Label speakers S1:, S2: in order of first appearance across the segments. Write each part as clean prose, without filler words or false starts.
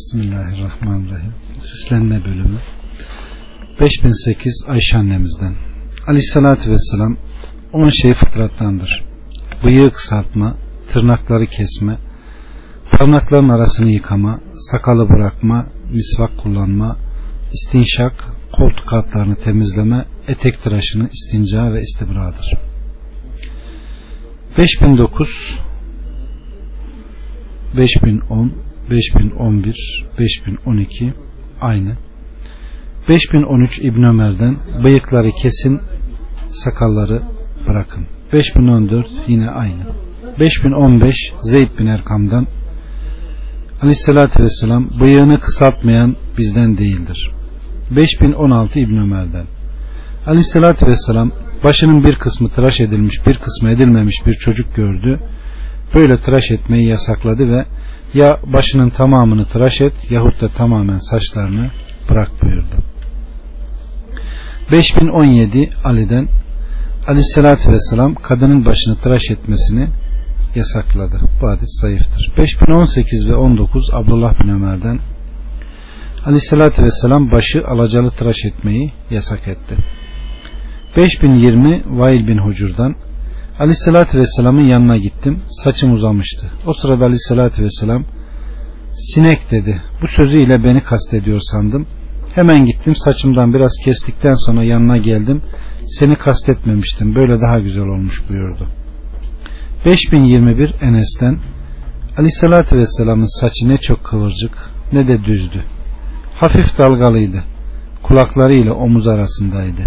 S1: Bismillahirrahmanirrahim. Süslenme bölümü 5008 Ayşe annemizden. Aleyhissalatü vesselam 10 şey fıtrattandır. Bıyığı kısaltma, tırnakları kesme, parmakların arasını yıkama, sakalı bırakma, misvak kullanma, istinşak, koltuk altlarını temizleme, etek tıraşını istinca ve istibradır. 5009, 5010, 5011, 5012 aynı. 5013 İbn Ömer'den bıyıkları kesin, sakalları bırakın. 5014 yine aynı. 5015 Zeyd bin Erkam'dan Aleyhisselatü Vesselam bıyığını kısaltmayan bizden değildir. 5016 İbn Ömer'den Aleyhisselatü Vesselam başının bir kısmı tıraş edilmiş, bir kısmı edilmemiş bir çocuk gördü. Böyle tıraş etmeyi yasakladı ve ya başının tamamını tıraş et yahut da tamamen saçlarını bırak buyurdu. 5017 Ali'den Aleyhisselatü Vesselam kadının başını tıraş etmesini yasakladı. Bu hadis zayıftır. 5018 ve 19 Abdullah bin Ömer'den Aleyhisselatü Vesselam başı alacalı tıraş etmeyi yasak etti. 5020 Vail bin Hucur'dan Aleyhisselatü Vesselam'ın yanına gittim. Saçım uzamıştı. O sırada Aleyhisselatü Vesselam sinek dedi. Bu sözüyle beni kastediyor sandım. Hemen gittim, saçımdan biraz kestikten sonra yanına geldim. Seni kastetmemiştim. Böyle daha güzel olmuş buyurdu. 5021 Enes'ten Aleyhisselatü Vesselam'ın saçı ne çok kıvırcık ne de düzdü. Hafif dalgalıydı. Kulakları ile omuz arasındaydı.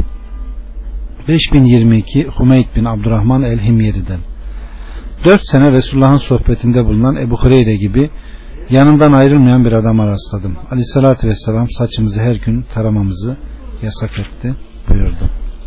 S1: 5022 Hümeyd bin Abdurrahman el-Himyeri'den 4 sene Resulullah'ın sohbetinde bulunan Ebu Hureyre gibi yanından ayrılmayan bir adama rastladım. Aleyhissalatü vesselam saçımızı her gün taramamızı yasak etti buyurdu.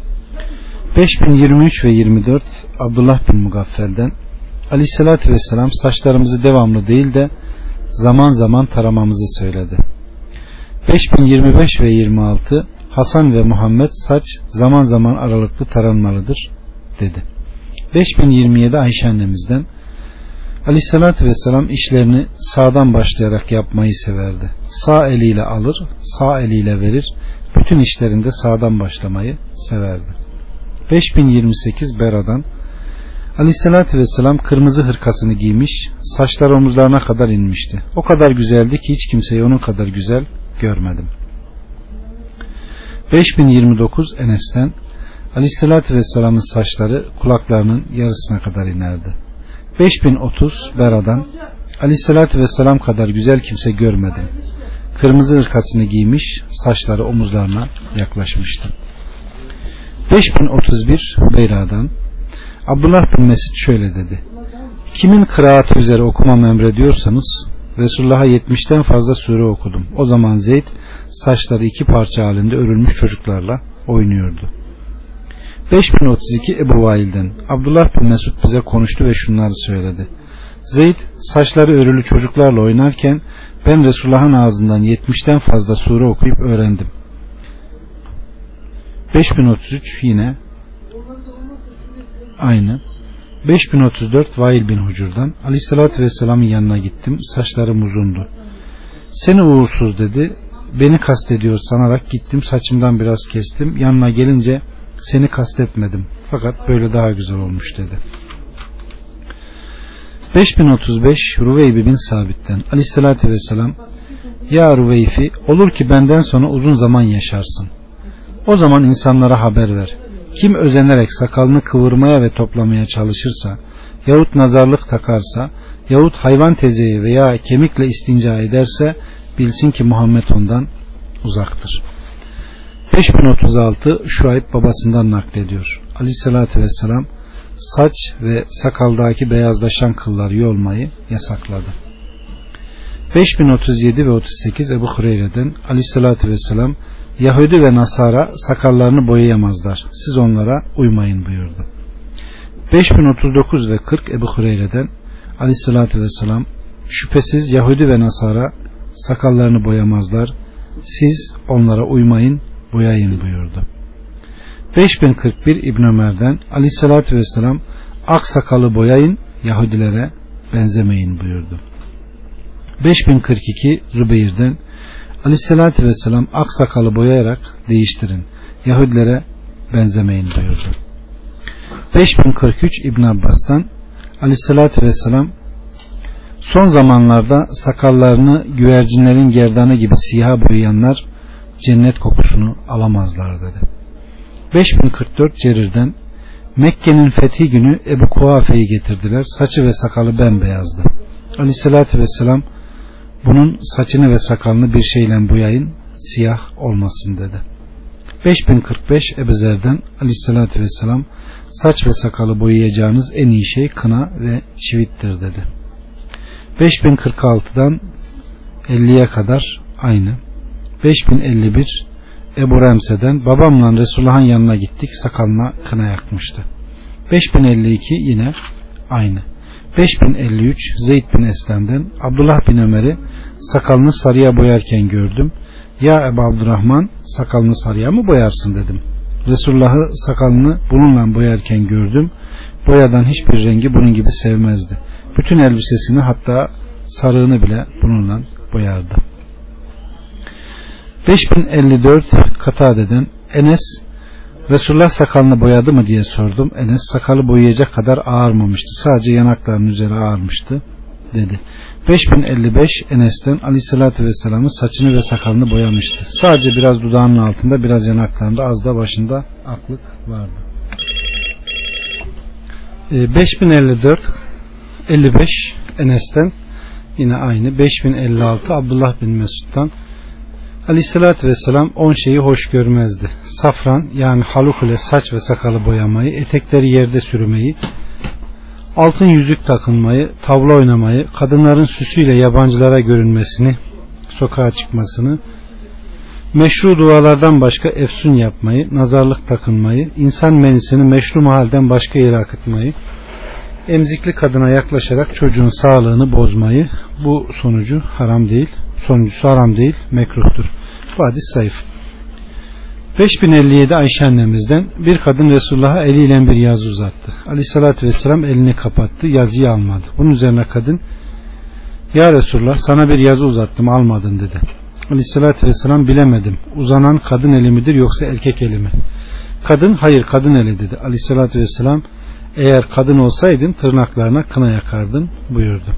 S1: 5023 ve 24 Abdullah bin Mugaffel'den Aleyhissalatü vesselam saçlarımızı devamlı değil de zaman zaman taramamızı söyledi. 5025 ve 26 Hasan ve Muhammed saç zaman zaman aralıklı taranmalıdır dedi. 5027 Ayşe annemizden Aleyhissalatü vesselam işlerini sağdan başlayarak yapmayı severdi. Sağ eliyle alır, sağ eliyle verir. Bütün işlerinde sağdan başlamayı severdi. 5028 Bera'dan Aleyhissalatü vesselam kırmızı hırkasını giymiş, saçları omuzlarına kadar inmişti. O kadar güzeldi ki hiç kimseyi onun kadar güzel görmedim. 5029 Enes'ten Aleyhisselatü Vesselam'ın saçları kulaklarının yarısına kadar inerdi. 5030 Bera'dan Aleyhisselatü Vesselam kadar güzel kimse görmedim. Kırmızı hırkasını giymiş, saçları omuzlarına yaklaşmıştı. 5031 Beyra'dan Abdullah bin Mesud şöyle dedi. Kimin kıraatı üzere okumam emrediyorsanız Resulullah'a 70'ten fazla sure okudum. O zaman Zeyd saçları 2 parça halinde örülmüş çocuklarla oynuyordu. 5032 Ebu Vail'den Abdullah bin Mesud bize konuştu ve şunları söyledi. Zeyd saçları örülü çocuklarla oynarken ben Resulullah'ın ağzından 70'ten fazla sure okuyup öğrendim. 5033 yine aynı. 5034 Vail bin Hucur'dan Aleyhisselatü Vesselam'ın yanına gittim. Saçlarım uzundu. Seni uğursuz dedi. Beni kastediyor sanarak gittim. Saçımdan biraz kestim. Yanına gelince seni kastetmedim. Fakat böyle daha güzel olmuş dedi. 5035 Ruveybi bin Sabit'ten Aleyhisselatü Vesselam ya Ruveyfi olur ki benden sonra uzun zaman yaşarsın. O zaman insanlara haber ver. Kim özenerek sakalını kıvırmaya ve toplamaya çalışırsa, yahut nazarlık takarsa, yahut hayvan tezeyi veya kemikle istinca ederse, bilsin ki Muhammed ondan uzaktır. 5036 Şuayb babasından naklediyor. Aleyhissalatü vesselam saç ve sakaldaki beyazlaşan kılları yolmayı yasakladı. 5037 ve 38 Ebu Hureyre'den Aleyhissalatü vesselam Yahudi ve Nasara sakallarını boyayamazlar. Siz onlara uymayın buyurdu. 5039 ve 40 Ebu Hureyre'den Aleyhissalatü vesselam şüphesiz Yahudi ve Nasara sakallarını boyamazlar. Siz onlara uymayın, boyayın buyurdu. 5041 İbn Ömer'den Aleyhissalatü vesselam ak sakalı boyayın, Yahudilere benzemeyin buyurdu. 5042 Zübeyir'den Aleyhisselatü Vesselam aksakalı boyayarak değiştirin, Yahudilere benzemeyin buyurdu. 5043 İbn Abbas'tan Aleyhisselatü Vesselam son zamanlarda sakallarını güvercinlerin gerdanı gibi siyaha boyayanlar cennet kokusunu alamazlar dedi. 5044 Cerir'den Mekke'nin fethi günü Ebu Kuafe'yi getirdiler. Saçı ve sakalı bembeyazdı. Aleyhissalatü vesselam bunun saçını ve sakalını bir şeyle boyayın, siyah olmasın dedi. 5045 Ebu Zer'den Aleyhissalatü vesselam saç ve sakalı boyayacağınız en iyi şey kına ve çivittir dedi. 5046'dan 50'ye kadar aynı. 5051 Ebu Remse'den babamla Resulullah'ın yanına gittik, sakalına kına yakmıştı. 5052 yine aynı. 5053 Zeyd bin Eslem'den Abdullah bin Ömer'i sakalını sarıya boyarken gördüm. Ya Ebu Abdurrahman, sakalını sarıya mı boyarsın dedim. Resulullah'ı sakalını bununla boyarken gördüm. Boyadan hiçbir rengi bunun gibi sevmezdi. Bütün elbisesini, hatta sarığını bile bununla boyardı. 5054 Katade'den Enes, Resulullah sakalını boyadı mı diye sordum. Enes, sakalı boyayacak kadar ağarmamıştı, sadece yanaklarının üzeri ağarmıştı dedi. 5055 Enes'ten Aleyhisselatü Vesselam'ın saçını ve sakalını boyamıştı. Sadece biraz dudağının altında, biraz yanaklarında, az da başında aklık vardı. 5054 55 Enes'ten yine aynı. 5056 Abdullah bin Mesud'dan Aleyhissalatü vesselam 10 şeyi hoş görmezdi. Safran, yani haluk ile saç ve sakalı boyamayı, etekleri yerde sürmeyi, altın yüzük takınmayı, tavla oynamayı, kadınların süsüyle yabancılara görünmesini, sokağa çıkmasını, meşru dualardan başka efsun yapmayı, nazarlık takınmayı, insan menisini meşru mahalden başka yere akıtmayı, emzikli kadına yaklaşarak çocuğun sağlığını bozmayı, bu sonuncusu haram değil, mekruhtur. Bu hadis zayıf. 5057 Ayşe annemizden bir kadın Resulullah'a eliyle bir yazı uzattı. Aleyhissalatü vesselam elini kapattı, yazıyı almadı. Bunun üzerine kadın, ya Resulullah, sana bir yazı uzattım, almadın dedi. Aleyhissalatü vesselam, bilemedim, uzanan kadın eli midir yoksa erkek eli mi? Kadın, hayır, kadın eli dedi. Aleyhissalatü vesselam, eğer kadın olsaydın tırnaklarına kına yakardın buyurdu.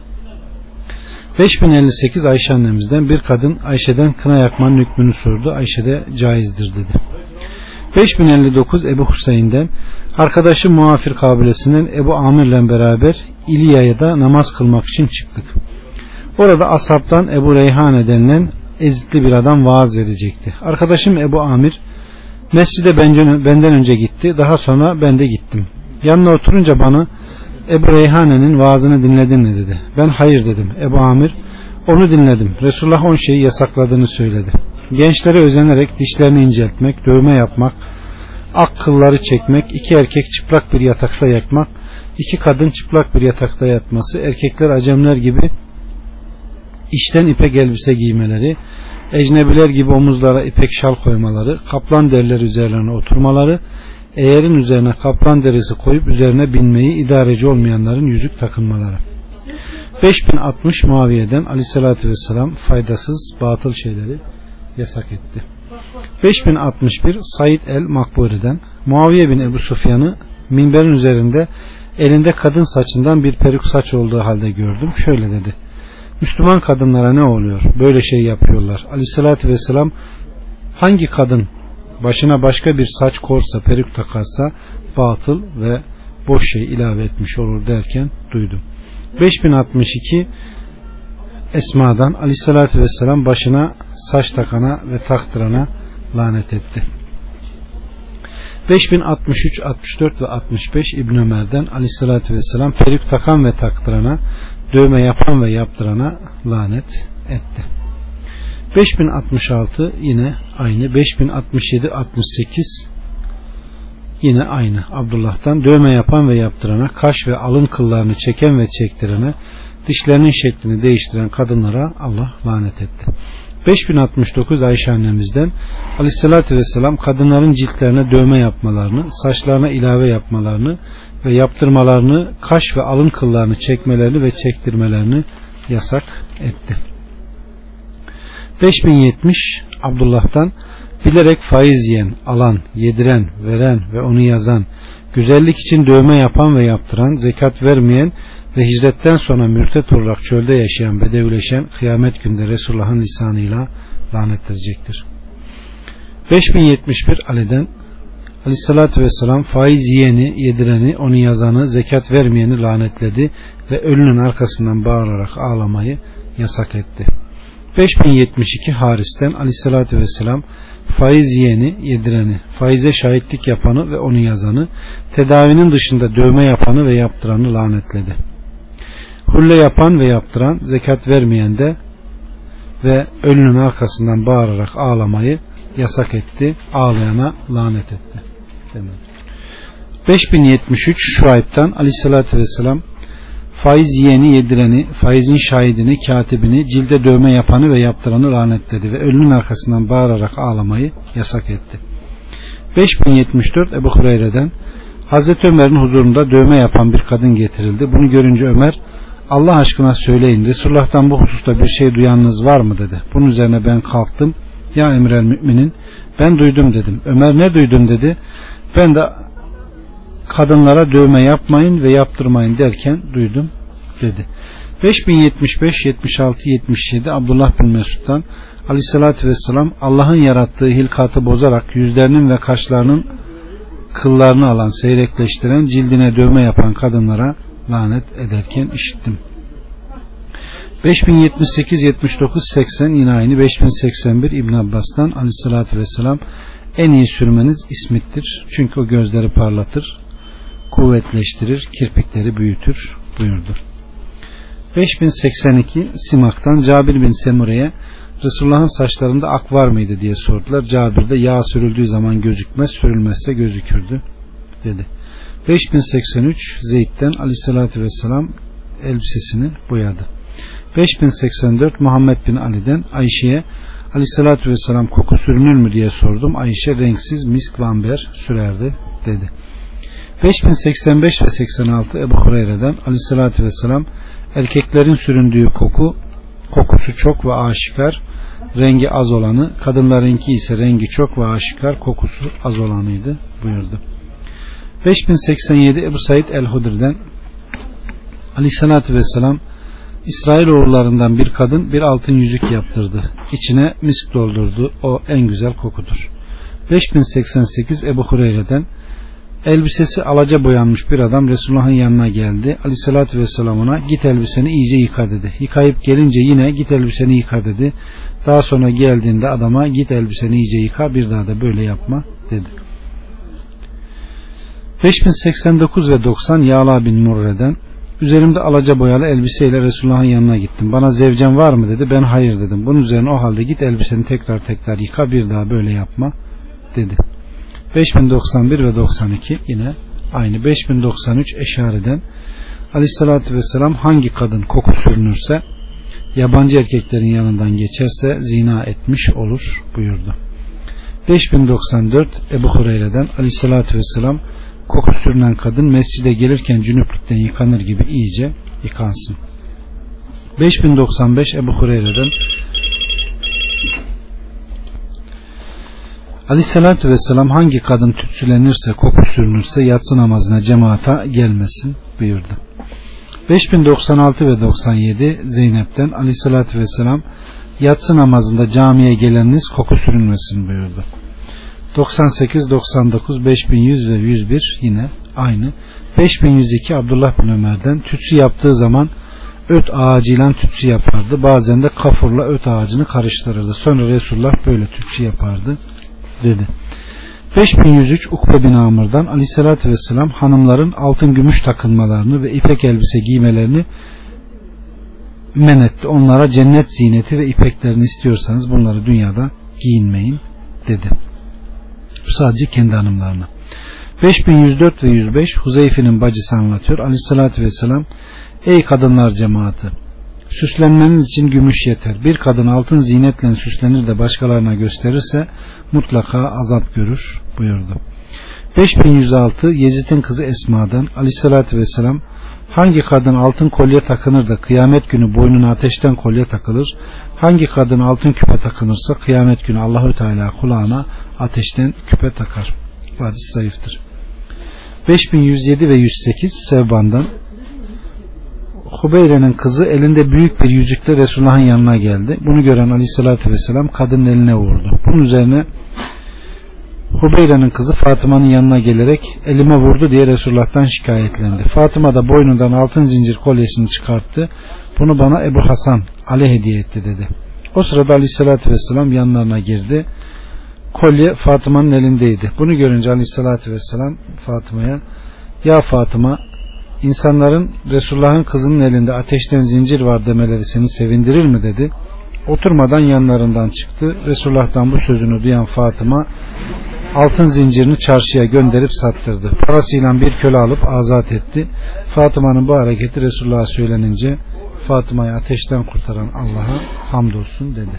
S1: 5058 Ayşe annemizden bir kadın Ayşe'den kına yakmanın hükmünü sordu. Ayşe de caizdir dedi. 5059 Ebu Hüseyin'den arkadaşı Muafir kabilesinden Ebu Amir'le beraber İlya'ya namaz kılmak için çıktık. Orada ashabtan Ebu Reyhane denilen ezikli bir adam vaaz verecekti. Arkadaşım Ebu Amir mescide benden önce gitti. Daha sonra ben de gittim. Yanına oturunca bana Ebu Reyhane'nin vaazını dinledin mi dedi. Ben hayır dedim. Ebu Amir, onu dinledim. Resulullah 10 şeyi yasakladığını söyledi. Gençlere özenerek dişlerini inceltmek, dövme yapmak, ak kılları çekmek, 2 erkek çıplak bir yatakta yatmak, 2 kadın çıplak bir yatakta yatması, erkekler acemler gibi içten ipek elbise giymeleri, ecnebiler gibi omuzlara ipek şal koymaları, kaplan derileri üzerlerine oturmaları, eğerin üzerine kaplan derisi koyup üzerine binmeyi, idareci olmayanların yüzük takınmaları. 5060 Muaviye'den Aleyhisselatü Vesselam faydasız, batıl şeyleri yasak etti. 5061 Said el-Makburi'den Muaviye bin Ebu Sufyan'ı minberin üzerinde elinde kadın saçından bir peruk saç olduğu halde gördüm. Şöyle dedi: Müslüman kadınlara ne oluyor? Böyle şey yapıyorlar. Aleyhisselatü Vesselam, hangi kadın başına başka bir saç korsa, peruk takarsa batıl ve boş şey ilave etmiş olur derken duydum. 5062 Esma'dan Aleyhisselatü Vesselam başına saç takana ve taktırana lanet etti. 5063, 64 ve 65 İbn Ömer'den Aleyhisselatü Vesselam peruk takan ve taktırana, dövme yapan ve yaptırana lanet etti. 5066 yine aynı. 5067, 68 yine aynı. Abdullah'tan dövme yapan ve yaptırana, kaş ve alın kıllarını çeken ve çektirene, dişlerinin şeklini değiştiren kadınlara Allah lanet etti. 5069 Ayşe annemizden Aleyhisselatü Vesselam kadınların ciltlerine dövme yapmalarını, saçlarına ilave yapmalarını ve yaptırmalarını, kaş ve alın kıllarını çekmelerini ve çektirmelerini yasak etti. 5070 Abdullah'tan bilerek faiz yiyen, alan, yediren, veren ve onu yazan, güzellik için dövme yapan ve yaptıran, zekat vermeyen ve hicretten sonra mürtet olarak çölde yaşayan, bedevileşen kıyamet günde Resulullah'ın lisanıyla lanetlenecektir. 5071 Ali'den Aleyhissalatü Vesselam faiz yiyeni, yedireni, onu yazanı, zekat vermeyeni lanetledi ve ölünün arkasından bağırarak ağlamayı yasak etti. 5072 Haris'ten Aleyhissalatü Vesselam faiz yiyeni, yedireni, faize şahitlik yapanı ve onu yazanı, tedavinin dışında dövme yapanı ve yaptıranı lanetledi. Hulle yapan ve yaptıran, zekat vermeyen de ve ölünün arkasından bağırarak ağlamayı yasak etti. Ağlayana lanet etti. 5073 Şuayb'tan Aleyhissalatü Vesselam faiz yiyeni, yedireni, faizin şahidini, katibini, cilde dövme yapanı ve yaptıranı lanetledi ve ölünün arkasından bağırarak ağlamayı yasak etti. 5074 Ebu Hureyre'den Hazreti Ömer'in huzurunda dövme yapan bir kadın getirildi. Bunu görünce Ömer, Allah aşkına söyleyin, Resulullah'tan bu hususta bir şey duyanınız var mı dedi. Bunun üzerine ben kalktım. Ya emrel müminin, ben duydum dedim. Ömer ne duydun dedi. Ben de kadınlara dövme yapmayın ve yaptırmayın derken duydum dedi. 5075, 76, 77 Abdullah bin Mesud'dan Aleyhissalatü Vesselam Allah'ın yarattığı hilkatı bozarak yüzlerinin ve kaşlarının kıllarını alan, seyrekleştiren, cildine dövme yapan kadınlara lanet ederken işittim. 5078, 79, 80 yine aynı. 5081 İbn Abbas'tan Aleyhissalatü Vesselam en iyi sürmeniz ismittir. Çünkü o gözleri parlatır, kuvvetleştirir, kirpikleri büyütür buyurdu. 5082 Simak'tan Cabir bin Semure'ye Resulullah'ın saçlarında ak var mıydı diye sordular. Cabir de yağ sürüldüğü zaman gözükmez, sürülmezse gözükürdü dedi. 5083 Zeyd'den Aleyhissalatü Vesselam elbisesini boyadı. 5084 Muhammed bin Ali'den Ayşe'ye Aleyhissalatü Vesselam koku sürünür mü diye sordum. Ayşe renksiz misk ve amber sürerdi dedi. 5085 ve 86 Ebu Hureyre'den Aleyhissalatü Vesselam erkeklerin süründüğü kokusu çok ve aşikar, rengi az olanı, kadınlarınki ise rengi çok ve aşikar, kokusu az olanıydı buyurdu. 5087 Ebu Said el-Hudri'den Aleyhissalatü Vesselam İsrailoğullarından bir kadın bir altın yüzük yaptırdı. İçine misk doldurdu. O en güzel kokudur. 5088 Ebu Hureyre'den elbisesi alaca boyanmış bir adam Resulullah'ın yanına geldi. Aleyhissalatü Vesselam ona git elbiseni iyice yıka dedi. Yıkayıp gelince yine git elbiseni yıka dedi. Daha sonra geldiğinde adama git elbiseni iyice yıka, bir daha da böyle yapma dedi. 5089 ve 90 Yağla bin Murre'den üzerimde alaca boyalı elbiseyle Resulullah'ın yanına gittim. Bana zevcen var mı dedi. Ben hayır dedim. Bunun üzerine o halde git elbiseni tekrar yıka, bir daha böyle yapma dedi. 5091 ve 92 yine aynı. 5093 Eşari'den Aleyhissalatü Vesselam hangi kadın koku sürünürse, yabancı erkeklerin yanından geçerse zina etmiş olur buyurdu. 5094 Ebu Hureyre'den Aleyhissalatü Vesselam koku sürünen kadın mescide gelirken cünüplükten yıkanır gibi iyice yıkansın. 5095 Ebu Hureyre'den Aleyhissalatü Vesselam hangi kadın tütsülenirse, koku sürünürse yatsı namazına cemaata gelmesin buyurdu. 5096 ve 97 Zeynep'ten Aleyhissalatü Vesselam yatsı namazında camiye geleniniz koku sürünmesin buyurdu. 98, 99, 5100 ve 101 yine aynı. 5102 Abdullah bin Ömer'den tütsü yaptığı zaman öt ağacıyla tütsü yapardı. Bazen de kafurla öt ağacını karıştırırdı. Sonra Resulullah böyle tütsü yapardı dedi. 5103 Ukbe bin Amr'dan Aleyhissalatü Vesselam hanımların altın gümüş takılmalarını ve ipek elbise giymelerini men etti. Onlara cennet ziyneti ve ipeklerini istiyorsanız bunları dünyada giyinmeyin dedi. Bu sadece kendi hanımlarına. 5104 ve 105 Huzeyfe'nin bacısı anlatıyor. Aleyhissalatü Vesselam ey kadınlar cemaati, süslenmeniz için gümüş yeter. Bir kadın altın ziynetle süslenir de başkalarına gösterirse mutlaka azap görür buyurdu. 5106 Yezid'in kızı Esma'dan Aleyhissalatü Vesselam Hangi kadın altın kolye takınır da kıyamet günü boynuna ateşten kolye takılır? Hangi kadın altın küpe takınırsa kıyamet günü Allahü Teala kulağına ateşten küpe takar. Bu hadis zayıftır. 5107 ve 108 Sevban'dan, Hubeyre'nin kızı elinde büyük bir yüzükle Resulullah'ın yanına geldi. Bunu gören Aleyhisselatü Vesselam kadının eline vurdu. Bunun üzerine Hubeyre'nin kızı Fatıma'nın yanına gelerek elime vurdu diye Resulullah'tan şikayetlendi. Fatıma da boynundan altın zincir kolyesini çıkarttı. Bunu bana Ebu Hasan Ali hediye etti dedi. O sırada Aleyhisselatü Vesselam yanlarına girdi. Kolye Fatıma'nın elindeydi. Bunu görünce Aleyhisselatü Vesselam Fatıma'ya, ya Fatıma, insanların Resulullah'ın kızının elinde ateşten zincir var demeleri seni sevindirir mi dedi. Oturmadan yanlarından çıktı. Resulullah'tan bu sözünü duyan Fatıma altın zincirini çarşıya gönderip sattırdı. Parasıyla bir köle alıp azat etti. Fatıma'nın bu hareketi Resulullah'a söylenince Fatıma'yı ateşten kurtaran Allah'a hamdolsun dedi.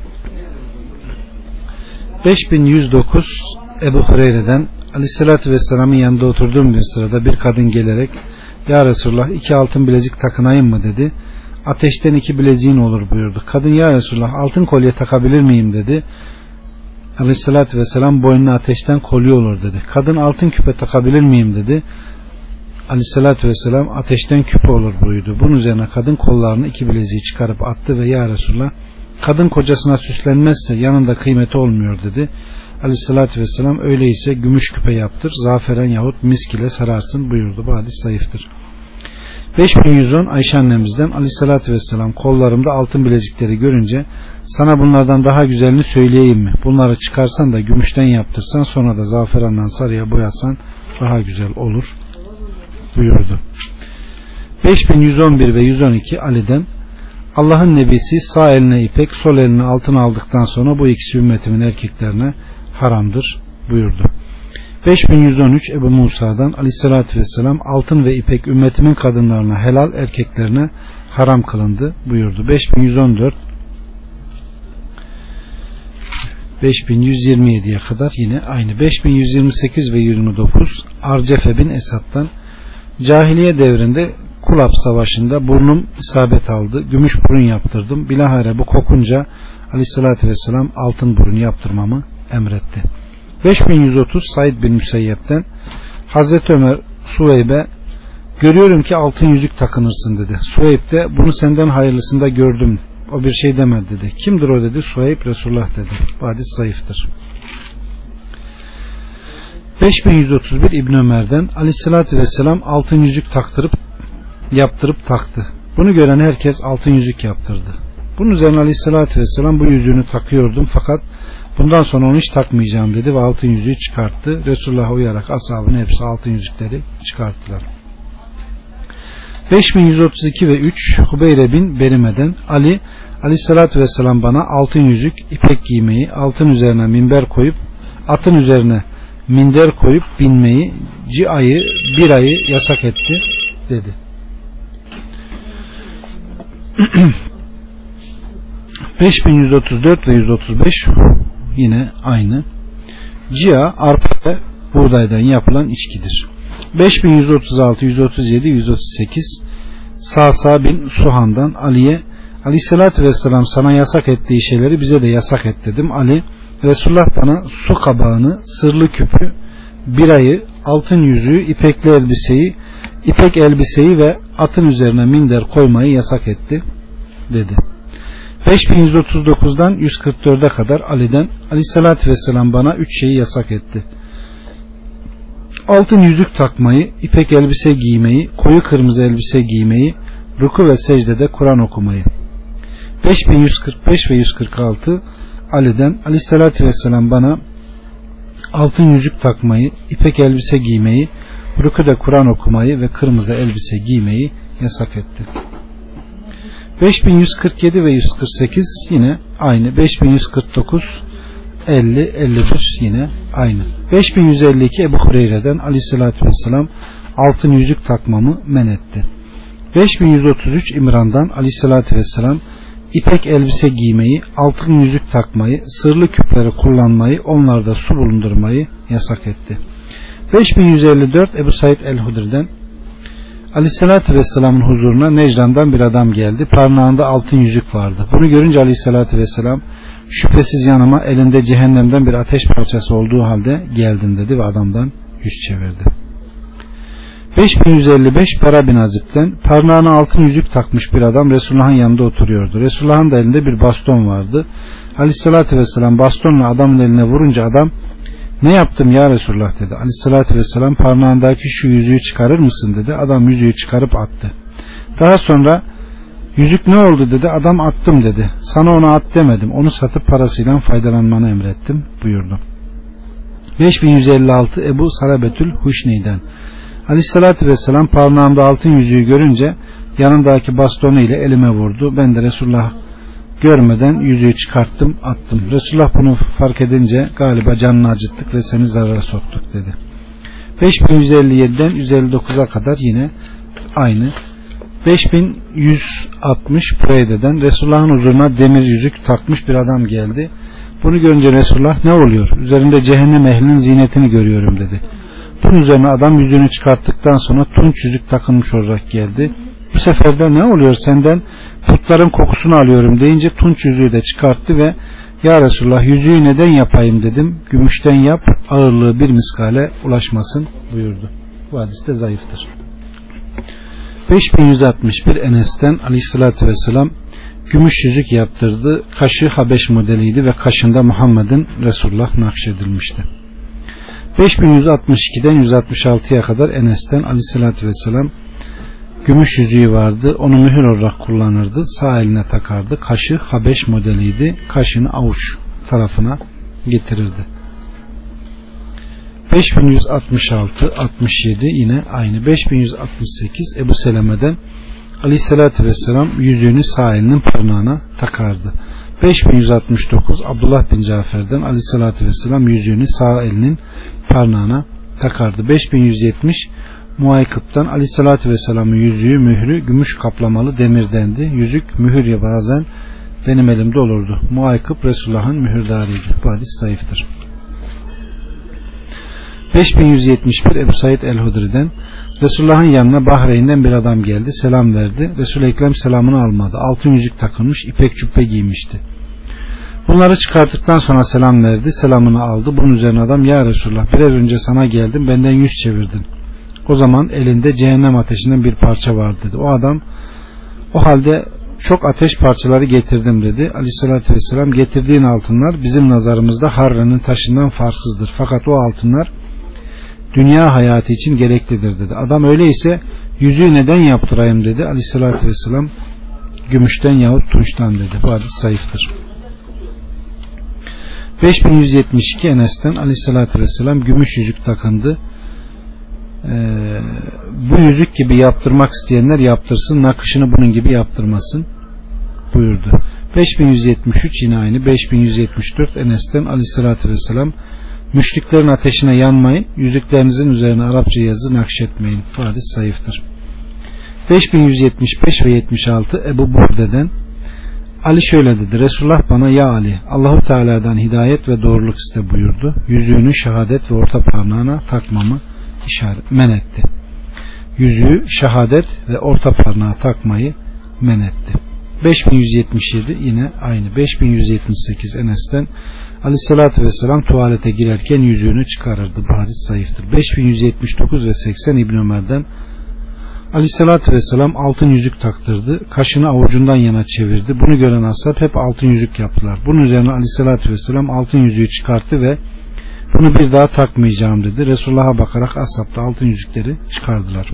S1: 5109 Ebu Hureyre'den, Aleyhisselatü Vesselam'ın yanında oturduğum bir sırada bir kadın gelerek, ya Resulullah 2 altın bilezik takınayım mı dedi. Ateşten 2 bileziğin olur buyurdu. Kadın, ya Resulullah altın kolye takabilir miyim dedi. Aleyhissalatü Vesselam boynuna ateşten kolye olur dedi. Kadın, altın küpe takabilir miyim dedi. Aleyhissalatü Vesselam ateşten küpe olur buyurdu. Bunun üzerine kadın kollarını 2 bileziği çıkarıp attı ve ya Resulullah kadın kocasına süslenmezse yanında kıymeti olmuyor dedi. Aleyhissalatü Vesselam öyleyse gümüş küpe yaptır, zaferen yahut misk ile sararsın buyurdu. Bu hadis zayıftır. 5110 Ayşe annemizden, Aleyhissalatü Vesselam kollarımda altın bilezikleri görünce sana bunlardan daha güzelini söyleyeyim mi? Bunları çıkarsan da gümüşten yaptırsan, sonra da zaferandan sarıya boyasan daha güzel olur buyurdu. 5111 ve 112 Ali'den, Allah'ın nebisi sağ eline ipek, sol eline altın aldıktan sonra bu ikisi ümmetimin erkeklerine haramdır buyurdu. 5113 Ebu Musa'dan, Aleyhisselatü Vesselam altın ve ipek ümmetimin kadınlarına helal, erkeklerine haram kılındı buyurdu. 5114 5127'ye kadar yine aynı. 5128 ve 29 Arcefe bin Esad'dan, cahiliye devrinde Kulab Savaşı'nda burnum isabet aldı. Gümüş burun yaptırdım. Bilahare bu kokunca Aleyhisselatü Vesselam altın burun yaptırmamı emretti. 5130 Said bin Müseyyep'ten, Hazreti Ömer Suheyb'e görüyorum ki altın yüzük takınırsın dedi. Suheyb de bunu senden hayırlısında gördüm. O bir şey demedi dedi. Kimdir o dedi. Suheyb Resulullah dedi. Bu hadis zayıftır. 5131 İbn Ömer'den, Aleyhisselatü Vesselam altın yüzük yaptırıp taktı. Bunu gören herkes altın yüzük yaptırdı. Bunun üzerine Aleyhisselatü Vesselam bu yüzüğünü takıyordum fakat bundan sonra onu hiç takmayacağım dedi ve altın yüzüğü çıkarttı. Resulullah'a uyarak ashabının hepsi altın yüzükleri çıkarttılar. 5132 ve 3 Hubeyre bin Berime'den, Ali Aleyhisselatü Vesselam bana altın yüzük, ipek giymeyi, altın üzerine minber koyup atın üzerine minder koyup binmeyi, ciayı, birayı yasak etti dedi. 5134 ve 135 yine aynı. Cia, arpa ve buğdaydan yapılan içkidir. 5136, 137, 138 Sa'sa bin Suhan'dan, Ali'ye Aleyhisselatü Vesselam sana yasak ettiği şeyleri bize de yasak et dedim. Ali, Resulullah bana su kabağını, sırlı küpü, birayı, altın yüzüğü, ipekli elbiseyi, ipek elbiseyi ve atın üzerine minder koymayı yasak etti dedi. 5139'dan 144'e kadar Ali'den, Aleyhisselatü Vesselam bana 3 şeyi yasak etti. Altın yüzük takmayı, ipek elbise giymeyi, koyu kırmızı elbise giymeyi, ruku ve secdede Kur'an okumayı. 5145 ve 146 Ali'den, Aleyhisselatü Vesselam bana altın yüzük takmayı, ipek elbise giymeyi, rükûde Kur'an okumayı ve kırmızı elbise giymeyi yasak etti. 5147 ve 148 yine aynı. 5149 50 51 yine aynı. 5152 Ebu Hureyre'den, Aleyhisselatü Vesselam altın yüzük takmamı men etti. 5133 İmran'dan, Aleyhisselatü Vesselam ipek elbise giymeyi, altın yüzük takmayı, sırlı küpleri kullanmayı, onlarda su bulundurmayı yasak etti. 5154 Ebu Said el-Hudri'den, Aleyhissalatü Vesselam'ın huzuruna Necran'dan bir adam geldi. Parmağında altın yüzük vardı. Bunu görünce Aleyhissalatü Vesselam şüphesiz yanıma elinde cehennemden bir ateş parçası olduğu halde geldin dedi ve adamdan yüz çevirdi. 5155 Bara bin Azib'den parmağına altın yüzük takmış bir adam Resulullah'ın yanında oturuyordu. Resulullah'ın da elinde bir baston vardı. Aleyhissalatü Vesselam bastonla adamın eline vurunca adam ne yaptım ya Resulullah dedi. Aleyhissalatü Vesselam parmağındaki şu yüzüğü çıkarır mısın dedi. Adam yüzüğü çıkarıp attı. Daha sonra yüzük ne oldu dedi. Adam attım dedi. Sana onu at demedim. Onu satıp parasıyla faydalanmanı emrettim buyurdu. 5156 Ebu Salabetül Huşni'den Aleyhissalatü Vesselam parmağımda altın yüzüğü görünce yanındaki bastonu ile elime vurdu. Ben de Resulullah görmeden yüzüğü çıkarttım attım. Resulullah bunu fark edince galiba canını acıttık ve seni zarara soktuk dedi. 5157'den 159'a kadar yine aynı. 5160 Bureyde'den Resulullah'ın huzuruna demir yüzük takmış bir adam geldi. Bunu görünce Resulullah ne oluyor? Üzerinde cehennem ehlinin zinetini görüyorum dedi. Bunun üzerine adam yüzüğünü çıkarttıktan sonra tunç yüzük takılmış olarak geldi. Bu sefer de ne oluyor senden? Putların kokusunu alıyorum deyince tunç yüzüğü de çıkarttı ve ya Resulullah yüzüğü neden yapayım dedim. Gümüşten yap, ağırlığı bir miskale ulaşmasın buyurdu. Bu hadis de zayıftır. 5161 Enes'ten Aleyhisselatü Vesselam gümüş yüzük yaptırdı. Kaşı Habeş modeliydi ve kaşında Muhammed'in Resulullah nakşedilmişti. 5162'den 166'ya kadar Enes'ten Aleyhisselatü Vesselam gümüş yüzüğü vardı. Onu mühür olarak kullanırdı. Sağ eline takardı. Kaşı Habeş modeliydi. Kaşını avuç tarafına getirirdi. 5166 67 yine aynı. 5168 Ebu Seleme'den Aleyhisselatü Vesselam yüzüğünü sağ elinin parmağına takardı. 5169 Abdullah bin Cafer'den Aleyhisselatü Vesselam yüzüğünü sağ elinin parmağına takardı. 5170 Muaykıp'tan Aleyhisselatü Vesselam'ın yüzüğü mührü gümüş kaplamalı demirdendi. Yüzük mühür bazen benim elimde olurdu. Muaykıp Resulullah'ın mühürdarıydı. Bu hadis zayıftır. 5171 Ebu Said el-Hudri'den Resulullah'ın yanına Bahreyn'den bir adam geldi. Selam verdi. Resul-i Ekrem selamını almadı. Altın yüzük takılmış, ipek cübbe giymişti. Bunları çıkarttıktan sonra selam verdi. Selamını aldı. Bunun üzerine adam ya Resulullah biraz önce sana geldim. Benden yüz çevirdin. O zaman elinde cehennem ateşinden bir parça var dedi. O adam o halde çok ateş parçaları getirdim dedi. Aleyhissalatü vesselam getirdiğin altınlar bizim nazarımızda harranın taşından farksızdır. Fakat o altınlar dünya hayatı için gereklidir dedi. Adam öyleyse yüzüğü neden yaptırayım dedi. Aleyhissalatü vesselam gümüşten yahut tunçtan dedi. Bu hadis zayıftır. 5172 Enes'ten Aleyhissalatü vesselam gümüş yüzük takındı. Bu yüzük gibi yaptırmak isteyenler yaptırsın, nakışını bunun gibi yaptırmasın buyurdu. 5173 yine aynı. 5174 Enes'ten Aleyhissalatü vesselam müşriklerin ateşine yanmayın, yüzüklerinizin üzerine Arapça yazı nakşetmeyin. Bu hadis zayıftır. 5175 ve 76 Ebu Burde'den Ali şöyle dedi. Resulullah bana ya Ali Allahu Teala'dan hidayet ve doğruluk iste buyurdu. Yüzüğünü şehadet ve orta parmağına takmamı men etti. Yüzüğü şehadet ve orta parmağa takmayı men etti. 5177 yine aynı. 5178 Enes'ten Aleyhissalatü vesselam tuvalete girerken yüzüğünü çıkarırdı. Bu hadis zayıftır. 5179 ve 80 İbn Ömer'den Aleyhissalatü vesselam altın yüzük taktırdı. Kaşını avucundan yana çevirdi. Bunu gören ashab hep altın yüzük yaptılar. Bunun üzerine Aleyhissalatü vesselam altın yüzüğü çıkarttı ve bunu bir daha takmayacağım dedi. Resulullah'a bakarak ashab da altın yüzükleri çıkardılar.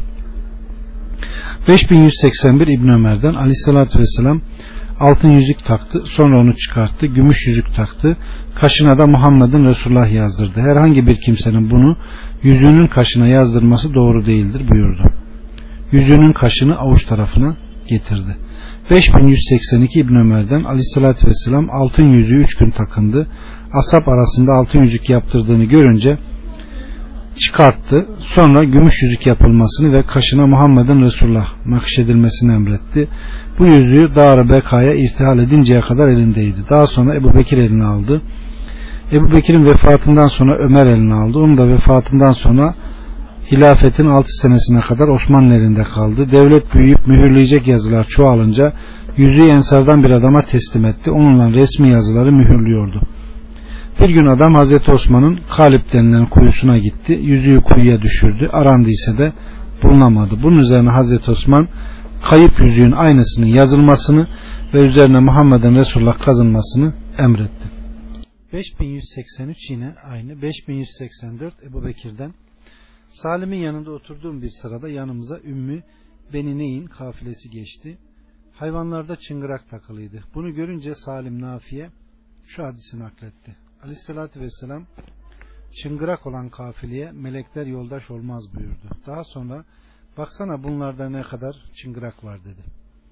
S1: 5181 İbn Ömer'den Aleyhissalatü vesselam altın yüzük taktı. Sonra onu çıkarttı. Gümüş yüzük taktı. Kaşına da Muhammed'in Resulullah yazdırdı. Herhangi bir kimsenin bunu yüzüğünün kaşına yazdırması doğru değildir buyurdu. Yüzüğünün kaşını avuç tarafına getirdi. 5182 İbn Ömer'den Aleyhissalatü vesselam altın yüzüğü 3 gün takındı. Ashab arasında altın yüzük yaptırdığını görünce çıkarttı. Sonra gümüş yüzük yapılmasını ve kaşına Muhammed'in Resulullah nakşedilmesini emretti. Bu yüzüğü Dar-ı Beka'ya irtihal edinceye kadar elindeydi. Daha sonra Ebu Bekir eline aldı. Ebu Bekir'in vefatından sonra Ömer eline aldı. Onun da vefatından sonra Hilafetin 6 senesine kadar Osmanlı elinde kaldı. Devlet büyüyüp mühürleyecek yazılar çoğalınca yüzüğü Ensardan bir adama teslim etti. Onunla resmi yazıları mühürlüyordu. Bir gün adam Hazreti Osman'ın Kalip denilen kuyusuna gitti. Yüzüğü kuyuya düşürdü. Arandıysa da bulunamadı. Bunun üzerine Hazreti Osman kayıp yüzüğün aynısının yazılmasını ve üzerine Muhammed'in Resulullah kazınmasını emretti. 5183 yine aynı. 5184 Ebu Bekir'den: Salim'in yanında oturduğum bir sırada yanımıza Ümmü Benineyn kafilesi geçti. Hayvanlarda çıngırak takılıydı. Bunu görünce Salim Nafi'ye şu hadisi nakletti. Aleyhissalatü vesselam çıngırak olan kafileye melekler yoldaş olmaz buyurdu. Daha sonra baksana bunlarda ne kadar çıngırak var dedi.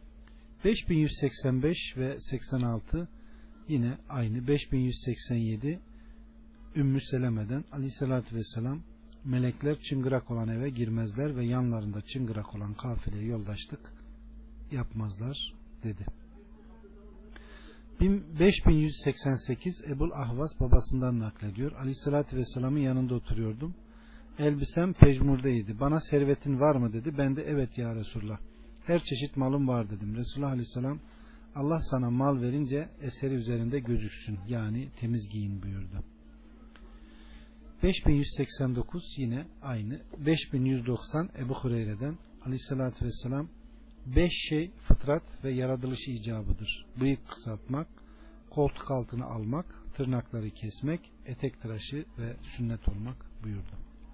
S1: 5185 ve 86 yine aynı. 5187 Ümmü Seleme'den: Aleyhissalatü vesselam melekler çıngırak olan eve girmezler ve yanlarında çıngırak olan kafileye yoldaşlık yapmazlar dedi. 5188 Ebul Ahvas babasından naklediyor. Aleyhissalatü vesselamın yanında oturuyordum. Elbisem pejmurdeydi. Bana servetin var mı dedi. Ben de evet ya Resulullah. Her çeşit malım var dedim. Resulullah Aleyhisselam Allah sana mal verince eseri üzerinde gözüksün. Yani temiz giyin buyurdu. 5189 yine aynı. 5190 Ebu Hureyre'den: Aleyhissalatü vesselam 5 şey fıtrat ve yaratılış icabıdır. Bıyık kısaltmak, koltuk altını almak, tırnakları kesmek, etek tıraşı ve sünnet olmak buyurdu.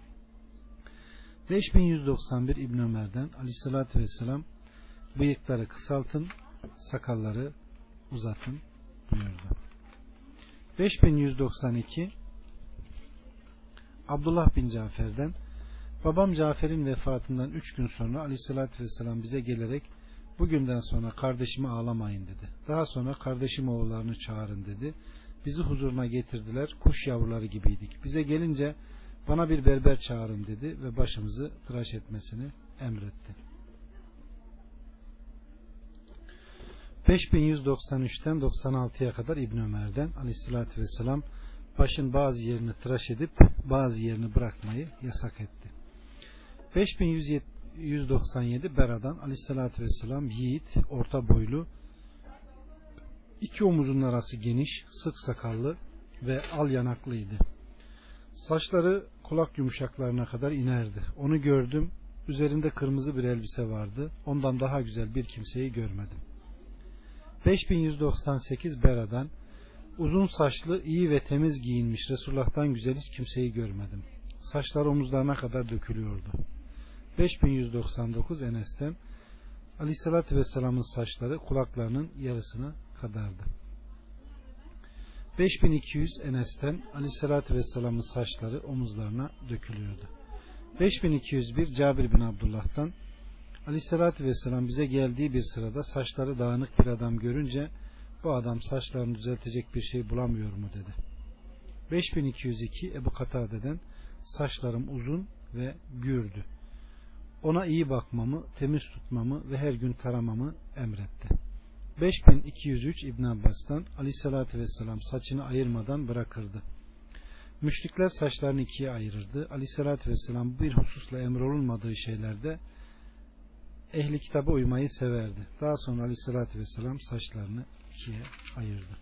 S1: 5191 İbn Ömer'den: Aleyhissalatü vesselam bıyıkları kısaltın, sakalları uzatın buyurdu. 5192 Abdullah bin Cafer'den: babam Cafer'in vefatından 3 gün sonra Aleyhissalatü vesselam bize gelerek bugünden sonra kardeşimi ağlamayın dedi. Daha sonra kardeşim oğullarını çağırın dedi. Bizi huzuruna getirdiler. Kuş yavruları gibiydik. Bize gelince bana bir berber çağırın dedi ve başımızı tıraş etmesini emretti. 5193'ten 96'ya kadar İbn Ömer'den: Aleyhissalatü vesselam başın bazı yerini tıraş edip bazı yerini bırakmayı yasak etti. 5197 Bera'dan: Aleyhissalatü vesselam yiğit, orta boylu, iki omuzun arası geniş, sık sakallı ve al yanaklıydı. Saçları kulak yumuşaklarına kadar inerdi. Onu gördüm. Üzerinde kırmızı bir elbise vardı. Ondan daha güzel bir kimseyi görmedim. 5198 Bera'dan: uzun saçlı, iyi ve temiz giyinmiş Resulullah'tan güzel hiç kimseyi görmedim. Saçları omuzlarına kadar dökülüyordu. 5199 Enes'ten: Aleyhissalatü vesselamın saçları kulaklarının yarısına kadardı. 5200 Enes'ten: Aleyhissalatü vesselamın saçları omuzlarına dökülüyordu. 5201 Cabir bin Abdullah'tan: Aleyhissalatü vesselam bize geldiği bir sırada saçları dağınık bir adam görünce bu adam saçlarını düzeltecek bir şey bulamıyor mu dedi. 5202 Ebu Katade'den: saçlarım uzun ve gürdü. Ona iyi bakmamı, temiz tutmamı ve her gün taramamı emretti. 5203 İbn Abbas'tan: Aleyhissalatü vesselam saçını ayırmadan bırakırdı. Müşrikler saçlarını ikiye ayırırdı. Aleyhissalatü vesselam bir hususla emrolunmadığı şeylerde ehli kitaba uymayı severdi. Daha sonra Aleyhissalatü vesselam saçlarını ikiye ayırdı.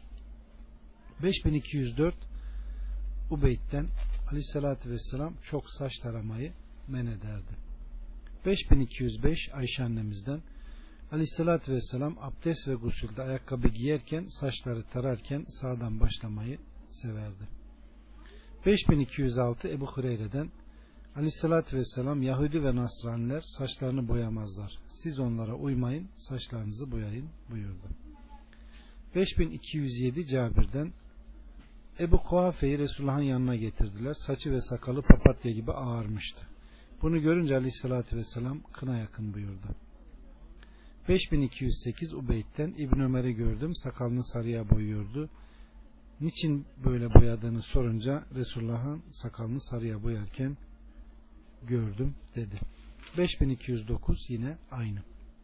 S1: 5204 Ubeyd'den: Aleyhissalatü vesselam çok saç taramayı men ederdi. 5205 Ayşe annemizden: Aleyhissalatü vesselam abdest ve gusülde ayakkabı giyerken saçları tararken sağdan başlamayı severdi. 5206 Ebu Hureyre'den: Aleyhissalatü vesselam Yahudi ve Nasraniler saçlarını boyamazlar. Siz onlara uymayın, saçlarınızı boyayın buyurdu. 5207 Cabir'den: Ebu Kuafe'yi Resulullah'ın yanına getirdiler. Saçı ve sakalı papatya gibi ağarmıştı. Bunu görünce Aleyhissalatü vesselam kına yakın buyurdu. 5208 Ubeyd'den: İbn Ömer'i gördüm, sakalını sarıya boyuyordu. Niçin böyle boyadığını sorunca Resulullah'ın sakalını sarıya boyarken gördüm dedi. 5209 yine aynı.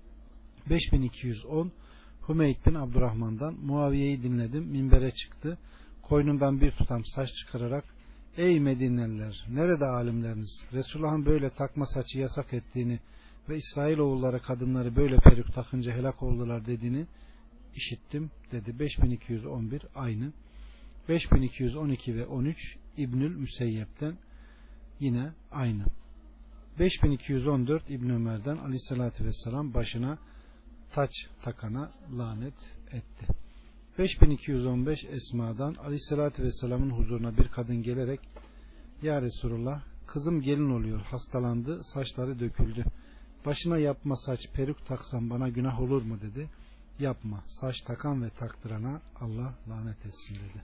S1: 5210 Hümeyd bin Abdurrahman'dan: Muaviye'yi dinledim, minbere çıktı. Koynundan bir tutam saç çıkararak Ey Medineliler, nerede alimleriniz? Resulullah'ın böyle takma saçı yasak ettiğini ve İsrailoğulları kadınları böyle peruk takınca helak oldular dediğini işittim dedi. 5211 aynı. 5212 ve 13 İbnül Müseyyep'ten yine aynı. 5214 İbn Ömer'den Aleyhisselatü Vesselam başına taç takana lanet etti. 5215 Esma'dan Aleyhisselatü Vesselam'ın huzuruna bir kadın gelerek Ya Resulullah, kızım gelin oluyor, hastalandı, saçları döküldü. Başına yapma saç peruk taksam bana günah olur mu dedi. Yapma, saç takan ve taktırana Allah lanet etsin dedi.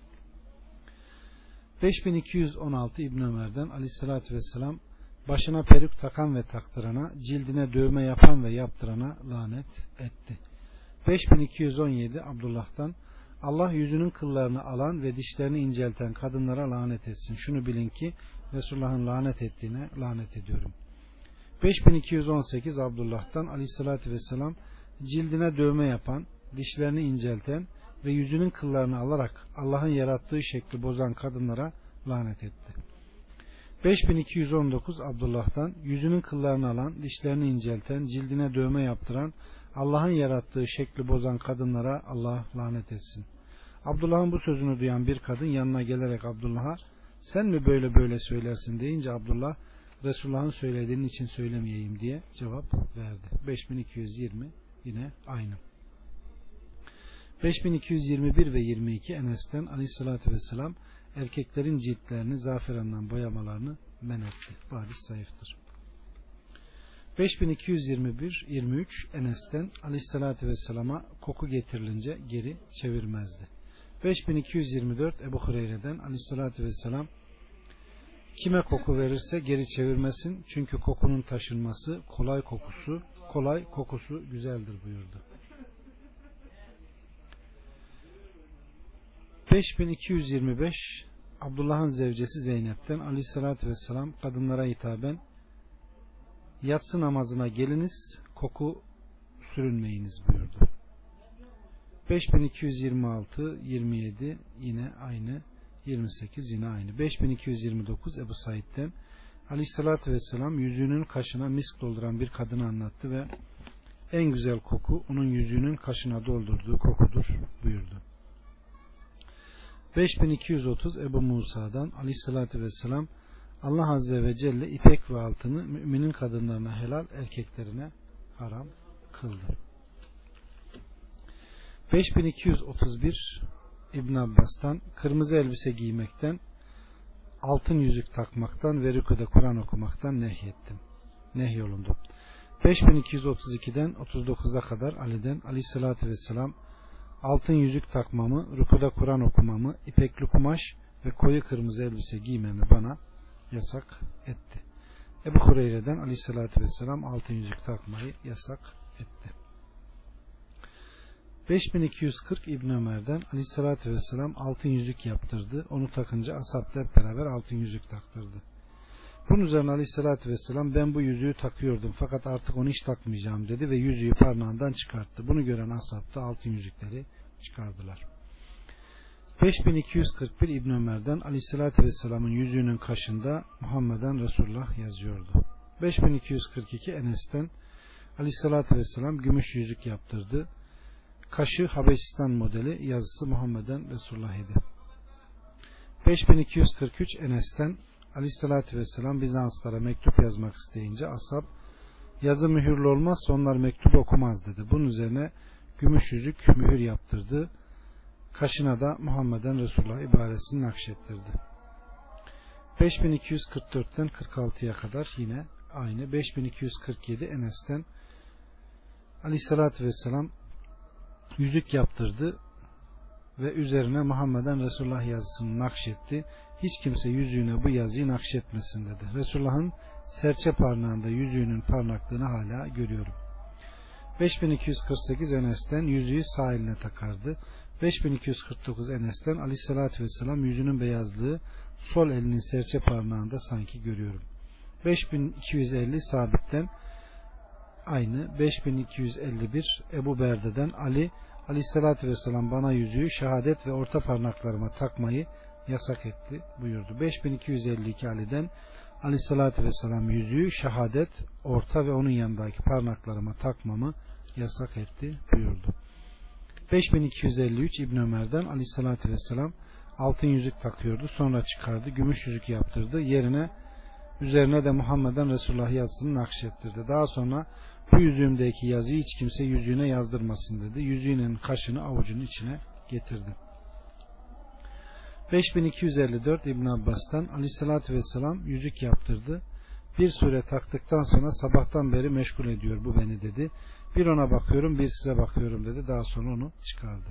S1: 5216 İbn Ömer'den Aleyhisselatü Vesselam başına peruk takan ve taktırana, cildine dövme yapan ve yaptırana lanet etti. 5217 Abdullah'tan Allah yüzünün kıllarını alan ve dişlerini incelten kadınlara lanet etsin. Şunu bilin ki Resulullah'ın lanet ettiğine lanet ediyorum. 5218 Abdullah'tan Aleyhisselatü Vesselam cildine dövme yapan, dişlerini incelten ve yüzünün kıllarını alarak Allah'ın yarattığı şekli bozan kadınlara lanet etti. 5219 Abdullah'tan yüzünün kıllarını alan, dişlerini incelten, cildine dövme yaptıran, Allah'ın yarattığı şekli bozan kadınlara Allah lanet etsin. Abdullah'ın bu sözünü duyan bir kadın yanına gelerek Abdullah'a sen mi böyle söylersin deyince Abdullah Resulullah'ın söylediğinin için söylemeyeyim diye cevap verdi. 5220 yine aynı. 5221 ve 22 Enes'ten Aleyhisselatü Vesselam erkeklerin ciltlerini zaferandan boyamalarını men etti. Bu hadis zayıftır. 5221-23 Enes'ten Aleyhisselatü Vesselam'a koku getirilince geri çevirmezdi. 5224 Ebu Hureyre'den Aleyhisselatü Vesselam kime koku verirse geri çevirmesin çünkü kokunun taşınması kolay kokusu güzeldir buyurdu. 5225 Abdullah'ın zevcesi Zeynep'ten Aleyhisselatü Vesselam kadınlara hitaben yatsı namazına geliniz, koku sürünmeyiniz buyurdu. 5226 27 yine aynı, 28 yine aynı. 5229 Ebu Said'den Aleyhisselatü Vesselam yüzüğünün kaşına misk dolduran bir kadını anlattı ve en güzel koku onun yüzüğünün kaşına doldurduğu kokudur buyurdu. 5230 Ebu Musa'dan Aleyhisselatü Vesselam Allah Azze ve Celle ipek ve altını müminin kadınlarına helal, erkeklerine haram kıldı. 5231 İbn Abbas'tan kırmızı elbise giymekten, altın yüzük takmaktan ve rüküde Kur'an okumaktan nehyolundu. 5232'den 39'a kadar Ali'den Aleyhisselatü Vesselam altın yüzük takmamı, rüküde Kur'an okumamı, ipekli kumaş ve koyu kırmızı elbise giymemi bana yasak etti. Ebu Hureyre'den Aleyhisselatü Vesselam altın yüzük takmayı yasak etti. 5240 İbn Ömer'den Aleyhisselatü Vesselam altın yüzük yaptırdı. Onu takınca ashabla hep beraber altın yüzük taktırdı. Bunun üzerine Aleyhisselatü Vesselam ben bu yüzüğü takıyordum fakat artık onu hiç takmayacağım dedi ve yüzüğü parmağından çıkarttı. Bunu gören ashab da altın yüzükleri çıkardılar. 5241 İbn Ömer'den Aleyhisselatü Vesselam'ın yüzüğünün kaşında Muhammeden Resulullah yazıyordu. 5242 Enes'ten Aleyhisselatü Vesselam gümüş yüzük yaptırdı. Kaşı Habeşistan modeli, yazısı Muhammeden Resulullah idi. 5243 Enes'ten Aleyhisselatü Vesselam Bizanslara mektup yazmak isteyince ashab yazı mühürlü olmazsa onlar mektup okumaz dedi. Bunun üzerine gümüş yüzük mühür yaptırdı. Kaşına da Muhammeden Resulullah ibaresini nakşettirdi. 5244'ten 46'ya kadar yine aynı. 5247 Enes'ten Aleyhisselatü Vesselam yüzük yaptırdı ve üzerine Muhammeden Resulullah yazısını nakşetti. Hiç kimse yüzüğüne bu yazıyı nakşetmesin dedi. Resulullah'ın serçe parmağında yüzüğünün parlaklığını hala görüyorum. 5248 Enes'ten yüzüğü sağ eline takardı. 5249 Enes'ten Aleyhisselatü Vesselam yüzünün beyazlığı sol elinin serçe parmağında sanki görüyorum. 5250 Sabit'ten aynı. 5251 Ebu Berde'den Aleyhisselatü Vesselam bana yüzüğü şehadet ve orta parmaklarıma takmayı yasak etti buyurdu. 5252 Ali'den Aleyhissalatü Vesselam yüzüğü şehadet, orta ve onun yanındaki parmaklarıma takmamı yasak etti buyurdu. 5253 İbn Ömer'den Aleyhissalatü Vesselam altın yüzük takıyordu. Sonra çıkardı. Gümüş yüzük yaptırdı. Üzerine de Muhammed'den Resulullah yazısını nakşettirdi. Daha sonra bu yüzüğümdeki yazıyı hiç kimse yüzüğüne yazdırmasın dedi. Yüzüğünün kaşını avucunun içine getirdi. 5254 İbn Abbas'tan Aleyhissalatü Vesselam yüzük yaptırdı. Bir süre taktıktan sonra sabahtan beri meşgul ediyor bu beni dedi. Bir ona bakıyorum, bir size bakıyorum dedi. Daha sonra onu çıkardı.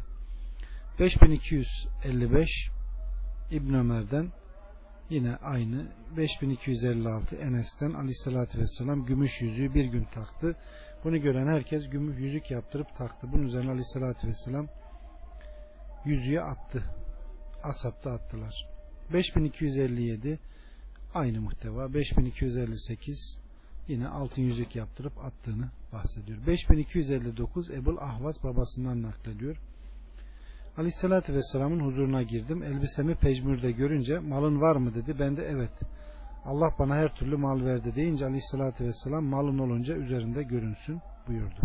S1: 5255 İbn Ömer'den yine aynı. 5256 Enes'ten Aleyhissalatü Vesselam gümüş yüzüğü bir gün taktı. Bunu gören herkes gümüş yüzük yaptırıp taktı. Bunun üzerine Aleyhissalatü Vesselam yüzüğü attı. Ashab da attılar. 5257 aynı muhteva. 5258 yine altın yüzük yaptırıp attığını bahsediyor. 5259 Ebul Ahvaz babasından naklediyor. Aleyhissalatü Vesselam'ın huzuruna girdim. Elbisemi pejmürde görünce malın var mı dedi. Ben de evet. Allah bana her türlü mal verdi deyince Aleyhissalatü Vesselam malın olunca üzerinde görünsün buyurdu.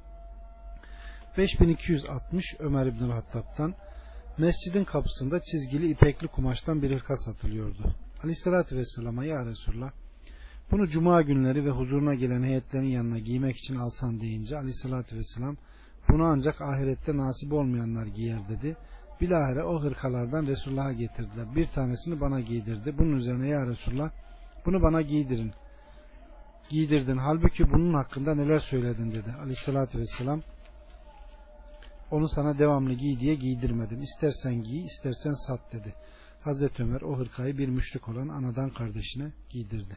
S1: 5260 Ömer İbnül Hattab'tan mescidin kapısında çizgili ipekli kumaştan bir hırka satılıyordu. Aleyhissalatü Vesselam'a ya Resulullah bunu cuma günleri ve huzuruna gelen heyetlerin yanına giymek için alsan deyince Aleyhissalatü Vesselam bunu ancak ahirette nasip olmayanlar giyer dedi. Bilahare o hırkalardan Resulullah'a getirdiler. Bir tanesini bana giydirdi. Bunun üzerine ya Resulullah bunu bana giydirdin. Halbuki bunun hakkında neler söyledin dedi. Aleyhissalatü Vesselam onu sana devamlı giy diye giydirmedim. İstersen giy, istersen sat dedi. Hazreti Ömer o hırkayı bir müşrik olan anadan kardeşine giydirdi.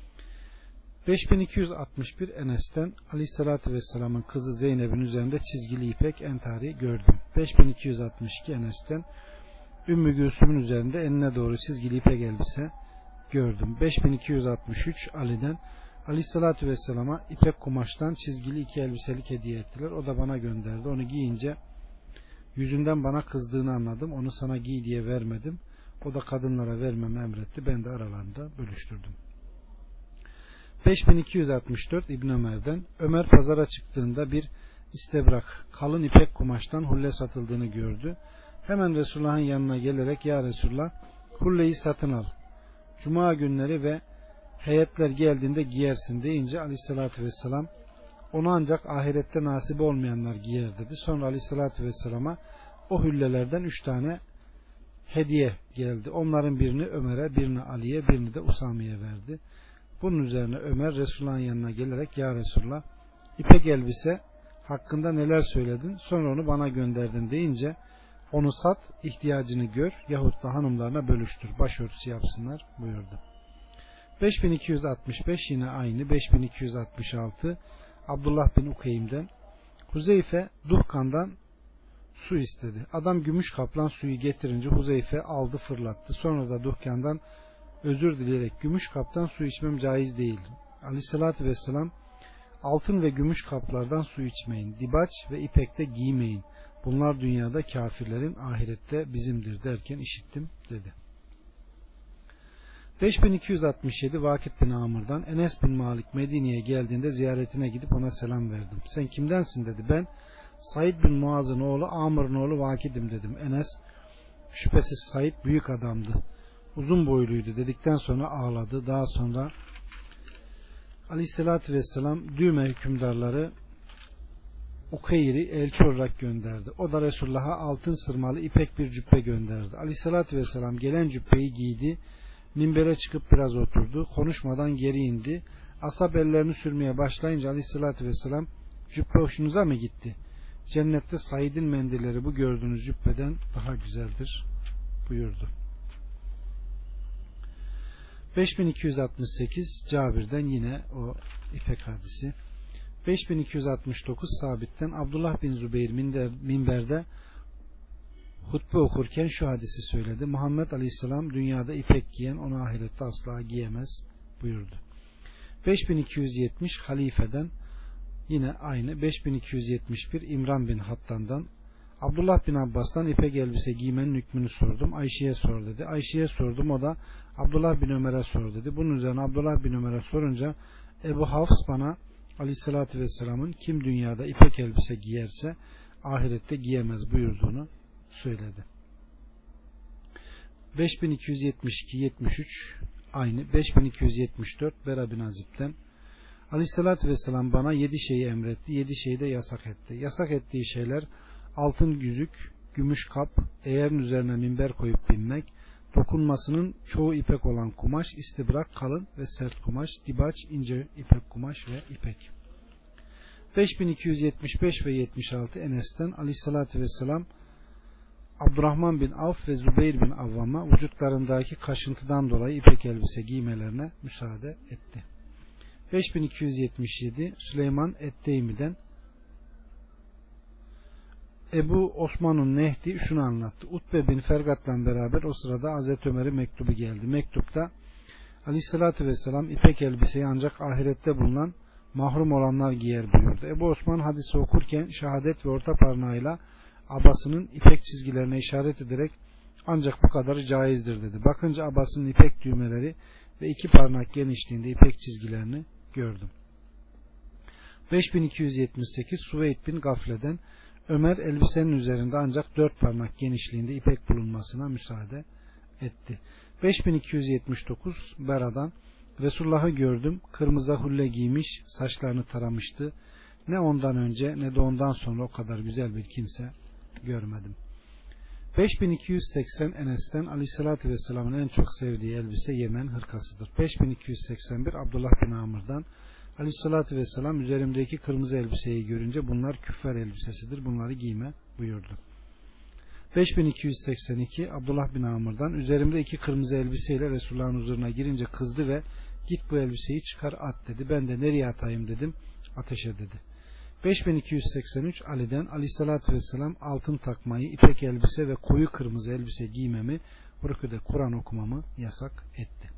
S1: 5261 Enes'ten Aleyhissalatü Vesselam'ın kızı Zeynep'in üzerinde çizgili ipek entari gördüm. 5262 Enes'ten Ümmü Gülsüm'ün üzerinde enine doğru çizgili ipek elbise gördüm. 5263 Ali'den Aleyhissalatü Vesselam'a ipek kumaştan çizgili iki elbiselik hediye ettiler. O da bana gönderdi. Onu giyince yüzünden bana kızdığını anladım. Onu sana giy diye vermedim. O da kadınlara vermemi emretti. Ben de aralarında bölüştürdüm. 5264 İbn Ömer'den Ömer pazara çıktığında bir istebrak kalın ipek kumaştan hulle satıldığını gördü. Hemen Resulullah'ın yanına gelerek ya Resulullah hulleyi satın al. Cuma günleri ve heyetler geldiğinde giyersin deyince Aleyhissalatü Vesselam onu ancak ahirette nasip olmayanlar giyer dedi. Sonra Aleyhissalatü Vesselam'a o hüllelerden 3 tane hediye geldi. Onların birini Ömer'e, birini Ali'ye, birini de Usame'ye verdi. Bunun üzerine Ömer Resulullah'ın yanına gelerek ya Resulullah ipek elbise hakkında neler söyledin sonra onu bana gönderdin deyince onu sat, ihtiyacını gör yahut da hanımlarına bölüştür, başörtüsü yapsınlar buyurdu. 5265 yine aynı. 5266 Abdullah bin Ukeym'den Huzeyfe Duhkan'dan su istedi. Adam gümüş kaplan suyu getirince Huzeyfe aldı fırlattı. Sonra da Duhkan'dan özür dileyerek gümüş kaptan su içmem caiz değil. Aleyhissalatü Vesselam altın ve gümüş kaplardan su içmeyin. Dibaç ve ipekte giymeyin. Bunlar dünyada kafirlerin, ahirette bizimdir derken işittim dedi. 5267 Vakit bin Amr'dan Enes bin Malik Medine'ye geldiğinde ziyaretine gidip ona selam verdim. Sen kimdensin dedi. Ben Said bin Muaz'ın oğlu Amr'ın oğlu Vakid'im dedim. Enes şüphesiz Said büyük adamdı. Uzun boyluydu dedikten sonra ağladı. Daha sonra Aleyhisselatü Vesselam düğme hükümdarları Ukeyr'i elçi olarak gönderdi. O da Resulullah'a altın sırmalı ipek bir cübbe gönderdi. Aleyhisselatü Vesselam gelen cübbeyi giydi. Minbere çıkıp biraz oturdu. Konuşmadan geri indi. Ashab ellerini sürmeye başlayınca Aleyhisselatü Vesselam cübbe hoşunuza mı gitti? Cennette Said'in mendilleri bu gördüğünüz cübbeden daha güzeldir buyurdu. 5268 Cabir'den yine o ipek hadisi. 5269 Sabit'ten Abdullah bin Zübeyir minberde hutbe okurken şu hadisi söyledi. Muhammed Aleyhisselam dünyada ipek giyen onu ahirette asla giyemez buyurdu. 5270 Halife'den yine aynı. 5271 İmran bin Hattan'dan Abdullah bin Abbas'tan ipek elbise giymenin hükmünü sordum. Ayşe'ye sor dedi. Ayşe'ye sordum. O da Abdullah bin Ömer'e sor dedi. Bunun üzerine Abdullah bin Ömer'e sorunca Ebu Hafs bana Aleyhisselatü Vesselam'ın kim dünyada ipek elbise giyerse ahirette giyemez buyurduğunu söyledi. 5272-73 aynı. 5274 Bera bin Azib'den Aleyhisselatü Vesselam bana 7 şeyi emretti, 7 şeyi de yasak etti. Yasak ettiği şeyler altın yüzük, gümüş kap, eğerin üzerine minber koyup binmek, dokunmasının çoğu ipek olan kumaş, istibrak kalın ve sert kumaş, dibaç ince ipek kumaş ve ipek. 5275 ve 76 Enes'ten Aleyhisselatü Vesselam Abdurrahman bin Avf ve Zübeyir bin Avvam'a vücutlarındaki kaşıntıdan dolayı ipek elbise giymelerine müsaade etti. 5277 Süleyman Etteymi'den Ebu Osman'ın Nehdi şunu anlattı. Utbe bin Fergat'la beraber o sırada Hazreti Ömer'in mektubu geldi. Mektupta Aleyhisselatü Vesselam ipek elbiseyi ancak ahirette bulunan mahrum olanlar giyer buyurdu. Ebu Osman hadisi okurken şehadet ve orta parmağıyla abasının ipek çizgilerine işaret ederek ancak bu kadarı caizdir dedi. Bakınca abasının ipek düğmeleri ve 2 parmak genişliğinde ipek çizgilerini gördüm. 5278 Suveyd bin Gafle'den Ömer elbisenin üzerinde ancak 4 parmak genişliğinde ipek bulunmasına müsaade etti. 5279 Bera'dan Resulullah'ı gördüm. Kırmızı hulle giymiş, saçlarını taramıştı. Ne ondan önce ne de ondan sonra o kadar güzel bir kimse görmedim. 5280 Enes'ten Aleyhisselatü Vesselam'ın en çok sevdiği elbise Yemen hırkasıdır. 5281 Abdullah bin Amr'dan Aleyhisselatü Vesselam üzerimdeki kırmızı elbiseyi görünce bunlar küffer elbisesidir, bunları giyme buyurdu. 5282 Abdullah bin Amr'dan üzerimde 2 kırmızı elbiseyle Resulullah'ın huzuruna girince kızdı ve git bu elbiseyi çıkar at dedi. Ben de nereye atayım dedim, ateşe dedi. 5283 Ali'den Aleyhisselatü Vesselam altın takmayı, ipek elbise ve koyu kırmızı elbise giymemi, rüküde Kur'an okumamı yasak etti.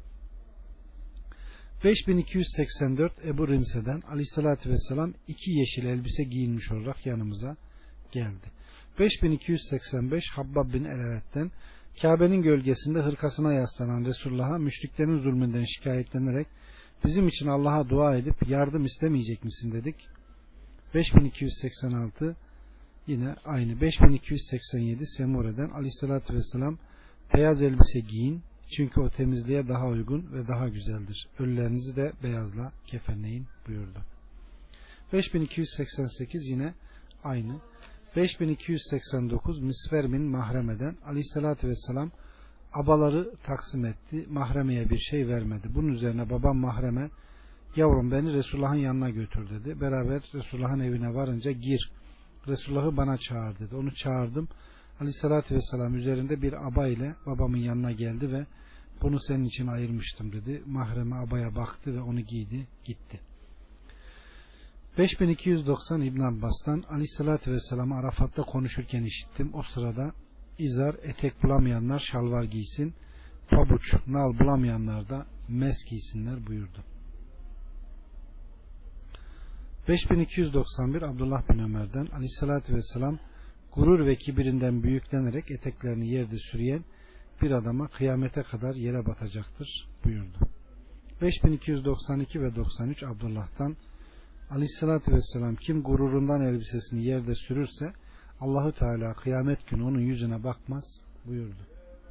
S1: 5284 Ebu Rimse'den Aleyhisselatü Vesselam 2 yeşil elbise giyinmiş olarak yanımıza geldi. 5285 Habbab bin Eleret'ten Kabe'nin gölgesinde hırkasına yaslanan Resulullah'a müşriklerin zulmünden şikayetlenerek bizim için Allah'a dua edip yardım istemeyecek misin dedik. 5286 yine aynı. 5287 Semure'den Aleyhisselatü Vesselam beyaz elbise giyin çünkü o temizliğe daha uygun ve daha güzeldir. Ölülerinizi de beyazla kefenleyin buyurdu. 5288 yine aynı. 5289 Misver bin Mahreme'den Aleyhisselatü Vesselam abaları taksim etti. Mahremeye bir şey vermedi. Bunun üzerine babam Mahreme yavrum beni Resulullah'ın yanına götür dedi. Beraber Resulullah'ın evine varınca gir. Resulullah'ı bana çağır dedi. Onu çağırdım. Aleyhissalatü Vesselam üzerinde bir aba ile babamın yanına geldi ve bunu senin için ayırmıştım dedi. Mahreme abaya baktı ve onu giydi gitti. 5290 İbn Abbas'tan Aleyhissalatü Vesselam'ı Arafat'ta konuşurken işittim. O sırada izar, etek bulamayanlar şalvar giysin, pabuç, nal bulamayanlar da mes giysinler buyurdu. 5291 Abdullah bin Ömer'den Aleyhissalatü Vesselam gurur ve kibirinden büyüklenerek eteklerini yerde sürüyen bir adama kıyamete kadar yere batacaktır buyurdu. 5292 ve 93 Abdullah'tan Aleyhissalatü Vesselam kim gururundan elbisesini yerde sürürse Allahu Teala kıyamet günü onun yüzüne bakmaz buyurdu.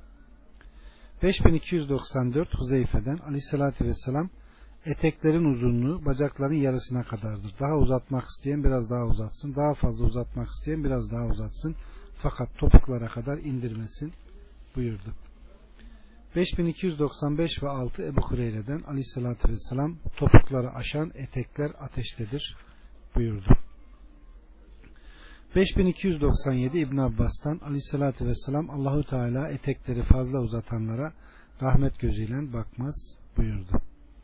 S1: 5294 Huzeyfe'den Aleyhissalatü Vesselam eteklerin uzunluğu bacakların yarısına kadardır. Daha uzatmak isteyen biraz daha uzatsın. Daha fazla uzatmak isteyen biraz daha uzatsın. Fakat topuklara kadar indirmesin buyurdu. 5295 ve 6 Ebu Hureyre'den Aleyhissalatü Vesselam topukları aşan etekler ateştedir buyurdu. 5297 İbn Abbas'tan Aleyhissalatü Vesselam Allahu Teala etekleri fazla uzatanlara rahmet gözüyle bakmaz buyurdu.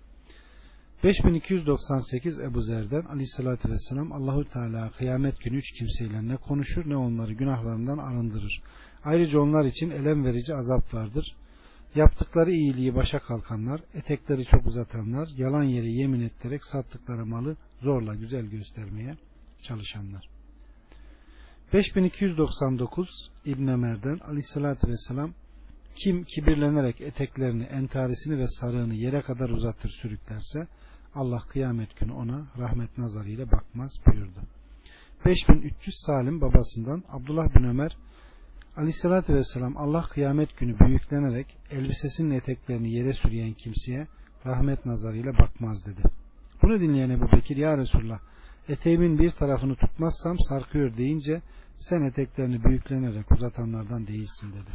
S1: 5298 Ebu Zer'den Aleyhissalatü Vesselam Allahu Teala kıyamet günü 3 kimseyle ne konuşur ne onları günahlarından arındırır. Ayrıca onlar için elem verici azap vardır. Yaptıkları iyiliği başa kalkanlar, etekleri çok uzatanlar, yalan yere yemin ettirerek sattıkları malı zorla güzel göstermeye çalışanlar. 5299 İbn Ömer'den Aleyhisselatü Vesselam, kim kibirlenerek eteklerini, entarisini ve sarığını yere kadar uzatır sürüklerse Allah kıyamet günü ona rahmet nazarıyla bakmaz buyurdu. 5300 Salim babasından Abdullah bin Ömer, Aleyhisselatü Vesselam, Allah kıyamet günü büyüklenerek elbisesinin eteklerini yere sürüyen kimseye rahmet nazarıyla bakmaz dedi. Bunu dinleyen Ebu Bekir, ya Resulullah, eteğimin bir tarafını tutmazsam sarkıyor deyince sen eteklerini büyüklenerek uzatanlardan değilsin dedi.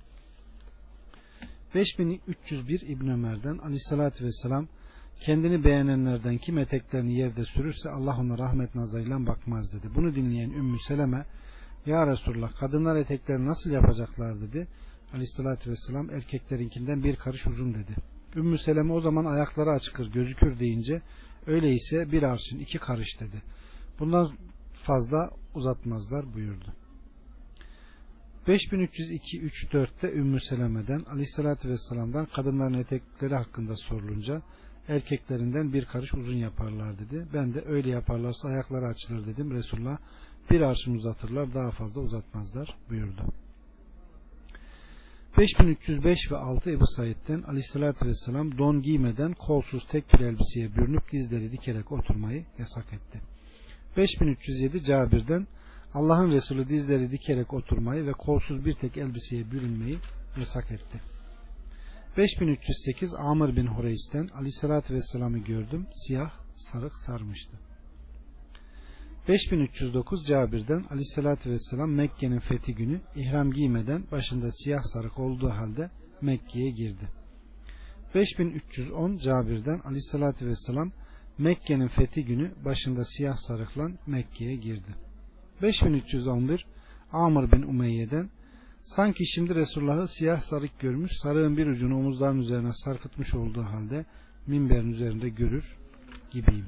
S1: 5301 İbn Ömer'den Aleyhisselatü Vesselam, kendini beğenenlerden kim eteklerini yerde sürürse Allah ona rahmet nazarıyla bakmaz dedi. Bunu dinleyen Ümmü Seleme, ya Resulullah, kadınlar eteklerini nasıl yapacaklar dedi. Aleyhissalatü vesselam, erkeklerinkinden bir karış uzun dedi. Ümmü Seleme o zaman ayakları açıkır gözükür deyince öyleyse bir arşın 2 karış dedi. Bundan fazla uzatmazlar buyurdu. 5302-34'te Ümmü Seleme'den Aleyhissalatü vesselam'dan kadınların etekleri hakkında sorulunca erkeklerinden bir karış uzun yaparlar dedi. Ben de öyle yaparlarsa ayakları açılır dedim. Resulullah, bir arşın uzatırlar, daha fazla uzatmazlar buyurdu. 5305 ve 6 Ebu Said'den Aleyhisselatü Vesselam don giymeden kolsuz tek bir elbiseye bürünüp dizleri dikerek oturmayı yasak etti. 5307 Cabir'den Allah'ın Resulü dizleri dikerek oturmayı ve kolsuz bir tek elbiseye bürünmeyi yasak etti. 5308 Amr bin Hureys'ten Aleyhisselatü Vesselam'ı gördüm, siyah sarık sarmıştı. 5309 Cabir'den Aleyhisselatü Vesselam Mekke'nin fethi günü ihram giymeden başında siyah sarık olduğu halde Mekke'ye girdi. 5310 Cabir'den Aleyhisselatü Vesselam Mekke'nin fethi günü başında siyah sarıkla Mekke'ye girdi. 5311 Amr bin Umeyye'den sanki şimdi Resulullah'ı siyah sarık görmüş, sarığın bir ucunu omuzların üzerine sarkıtmış olduğu halde minberin üzerinde görür gibiyim.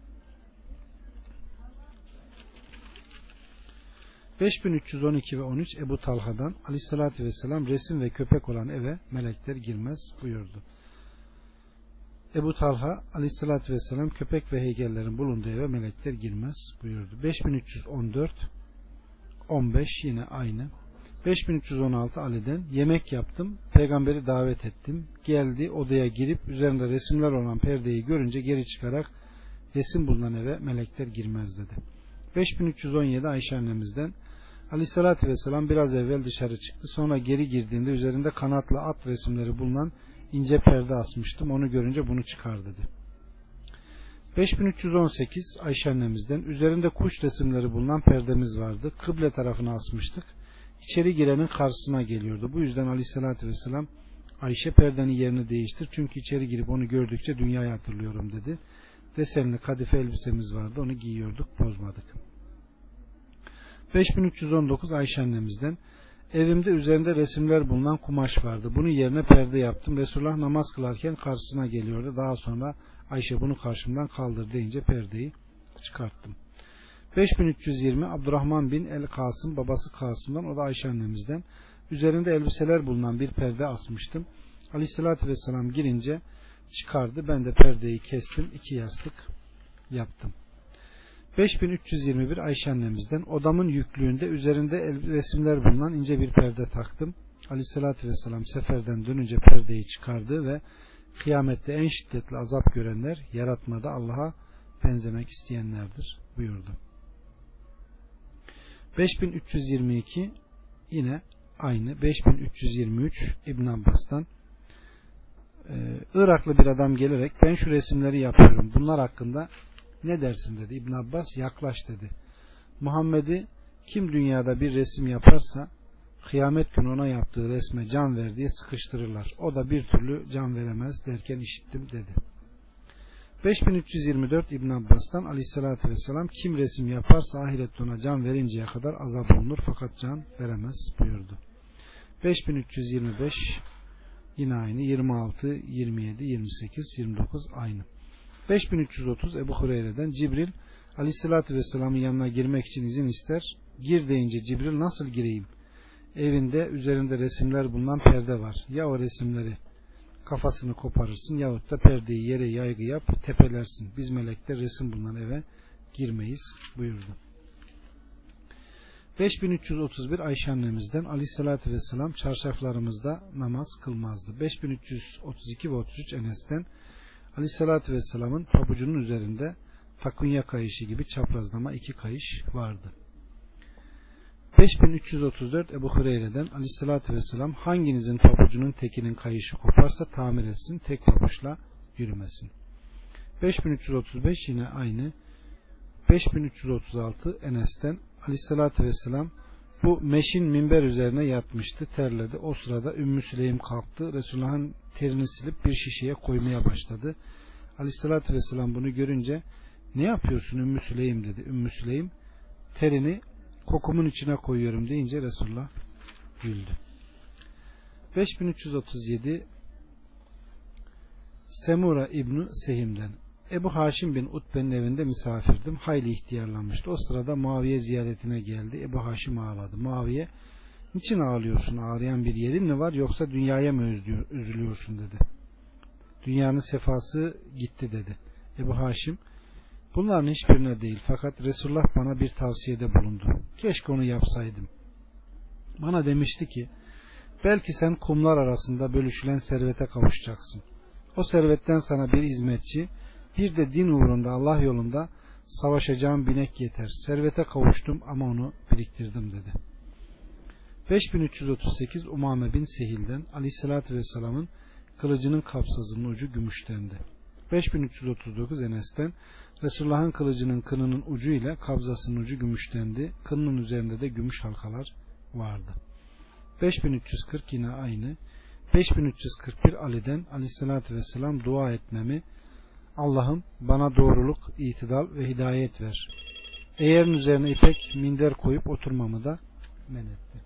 S1: 5312 ve 13 Ebu Talha'dan Aleyhisselatü Vesselam resim ve köpek olan eve melekler girmez buyurdu. Ebu Talha Aleyhisselatü Vesselam köpek ve heykellerin bulunduğu eve melekler girmez buyurdu. 5314 15 yine aynı. 5316 Ali'den yemek yaptım, peygamberi davet ettim, geldi, odaya girip üzerinde resimler olan perdeyi görünce geri çıkarak resim bulunan eve melekler girmez dedi. 5317 Ayşe annemizden Aleyhisselatü Vesselam biraz evvel dışarı çıktı, sonra geri girdiğinde üzerinde kanatlı at resimleri bulunan ince perde asmıştım, onu görünce bunu çıkar dedi. 5318 Ayşe annemizden üzerinde kuş resimleri bulunan perdemiz vardı, kıble tarafına asmıştık, İçeri girenin karşısına geliyordu. Bu yüzden Aleyhisselatü Vesselam Ayşe perdenin yerini değiştir. Çünkü içeri girip onu gördükçe dünyayı hatırlıyorum dedi. Desenli kadife elbisemiz vardı. Onu giyiyorduk. Bozmadık. 5319 Ayşe annemizden evimde üzerinde resimler bulunan kumaş vardı. Bunun yerine perde yaptım. Resulullah namaz kılarken karşısına geliyordu. Daha sonra Ayşe bunu karşımdan kaldır deyince perdeyi çıkarttım. 5320 Abdurrahman bin el-Kasım babası Kasım'dan, o da Ayşe annemizden üzerinde elbiseler bulunan bir perde asmıştım. Aleyhissalatü vesselam girince çıkardı. Ben de perdeyi kestim. 2 yastık yaptım. 5321 Ayşe annemizden odamın yüklüğünde üzerinde resimler bulunan ince bir perde taktım. Aleyhissalatü vesselam seferden dönünce perdeyi çıkardı ve kıyamette en şiddetli azap görenler yaratmada Allah'a benzemek isteyenlerdir buyurdu. 5322 yine aynı. 5323 İbn Abbas'tan Iraklı bir adam gelerek ben şu resimleri yapıyorum, bunlar hakkında ne dersin dedi. İbn Abbas yaklaş dedi. Muhammed'i kim dünyada bir resim yaparsa kıyamet günü ona yaptığı resme can ver diye sıkıştırırlar. O da bir türlü can veremez derken işittim dedi. 5324 İbn Abbas'tan Aleyhisselatü Vesselam kim resim yaparsa ahirette ona can verinceye kadar azap olunur fakat can veremez buyurdu. 5325 yine aynı. 26, 27, 28, 29 aynı. 5330 Ebu Hureyre'den Cibril Aleyhisselatü Vesselam'ın yanına girmek için izin ister. Gir deyince Cibril nasıl gireyim? Evinde üzerinde resimler bulunan perde var. Ya o resimleri kafasını koparırsın yahut da perdeyi yere yaygı yap tepelersin. Biz melekler resim bulunan eve girmeyiz buyurdu. 5331 Ayşe annemizden Aleyhisselatü Vesselam çarşaflarımızda namaz kılmazdı. 5332 ve 33 Enes'ten Aleyhisselatü Vesselam'ın pabucunun üzerinde takunya kayışı gibi çaprazlama 2 kayış vardı. 5334 Ebu Hureyre'den Aleyhisselatü Vesselam hanginizin pabucunun tekinin kayışı koparsa tamir etsin, tek pabuçla yürümesin. 5335 yine aynı. 5336 Enes'ten Aleyhisselatü Vesselam bu meşin minber üzerine yatmıştı, terledi. O sırada Ümmü Süleym kalktı. Resulullah'ın terini silip bir şişeye koymaya başladı. Aleyhisselatü Vesselam bunu görünce ne yapıyorsun Ümmü Süleym dedi. Ümmü Süleym terini kokumun içine koyuyorum deyince Resulullah güldü. 5337 Semura İbni Sehim'den Ebu Haşim bin Utbe'nin evinde misafirdim. Hayli ihtiyarlanmıştı. O sırada Muaviye ziyaretine geldi. Ebu Haşim ağladı. Muaviye niçin ağlıyorsun? Ağrıyan bir yerin mi var yoksa dünyaya mı üzülüyorsun dedi. Dünyanın sefası gitti dedi. Ebu Haşim bunların hiçbirine değil fakat Resulullah bana bir tavsiyede bulundu. Keşke onu yapsaydım. Bana demişti ki belki sen kumlar arasında bölüşülen servete kavuşacaksın. O servetten sana bir hizmetçi, bir de din uğrunda Allah yolunda savaşacağım binek yeter. Servete kavuştum ama onu biriktirdim dedi. 5338 Umame bin Sehil'den Aleyhisselatü Vesselam'ın kılıcının kapsazının ucu gümüştendi. 5339 Enes'ten Resulullah'ın kılıcının kınının ucu ile kabzasının ucu gümüştendi. Kınının üzerinde de gümüş halkalar vardı. 5340 yine aynı. 5341 Ali'den Aleyhisselatü Vesselam dua etmemi Allah'ım bana doğruluk, itidal ve hidayet ver. Eğerin üzerine ipek minder koyup oturmamı da men etti.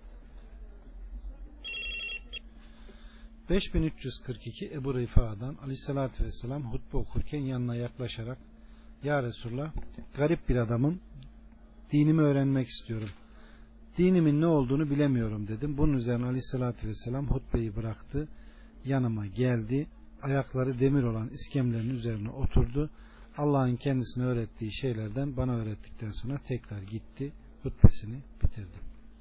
S1: 5342 Ebu Rifa'dan Aleyhisselatü Vesselam hutbe okurken yanına yaklaşarak Ya Resulullah garip bir adamım, dinimi öğrenmek istiyorum. Dinimin ne olduğunu bilemiyorum dedim. Bunun üzerine Aleyhisselatü Vesselam hutbeyi bıraktı. Yanıma geldi. Ayakları demir olan iskemlerin üzerine oturdu. Allah'ın kendisine öğrettiği şeylerden bana öğrettikten sonra tekrar gitti. Hutbesini bitirdi.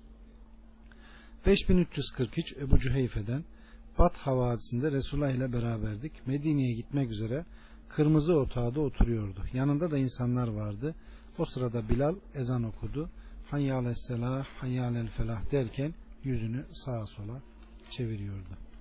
S1: 5343 Ebu Cüheyfe'den Bat havadisinde Resulullah ile beraberdik. Medine'ye gitmek üzere kırmızı otağda oturuyordu. Yanında da insanlar vardı. O sırada Bilal ezan okudu. Hayyâles selah, hayyâlel felah derken yüzünü sağa sola çeviriyordu.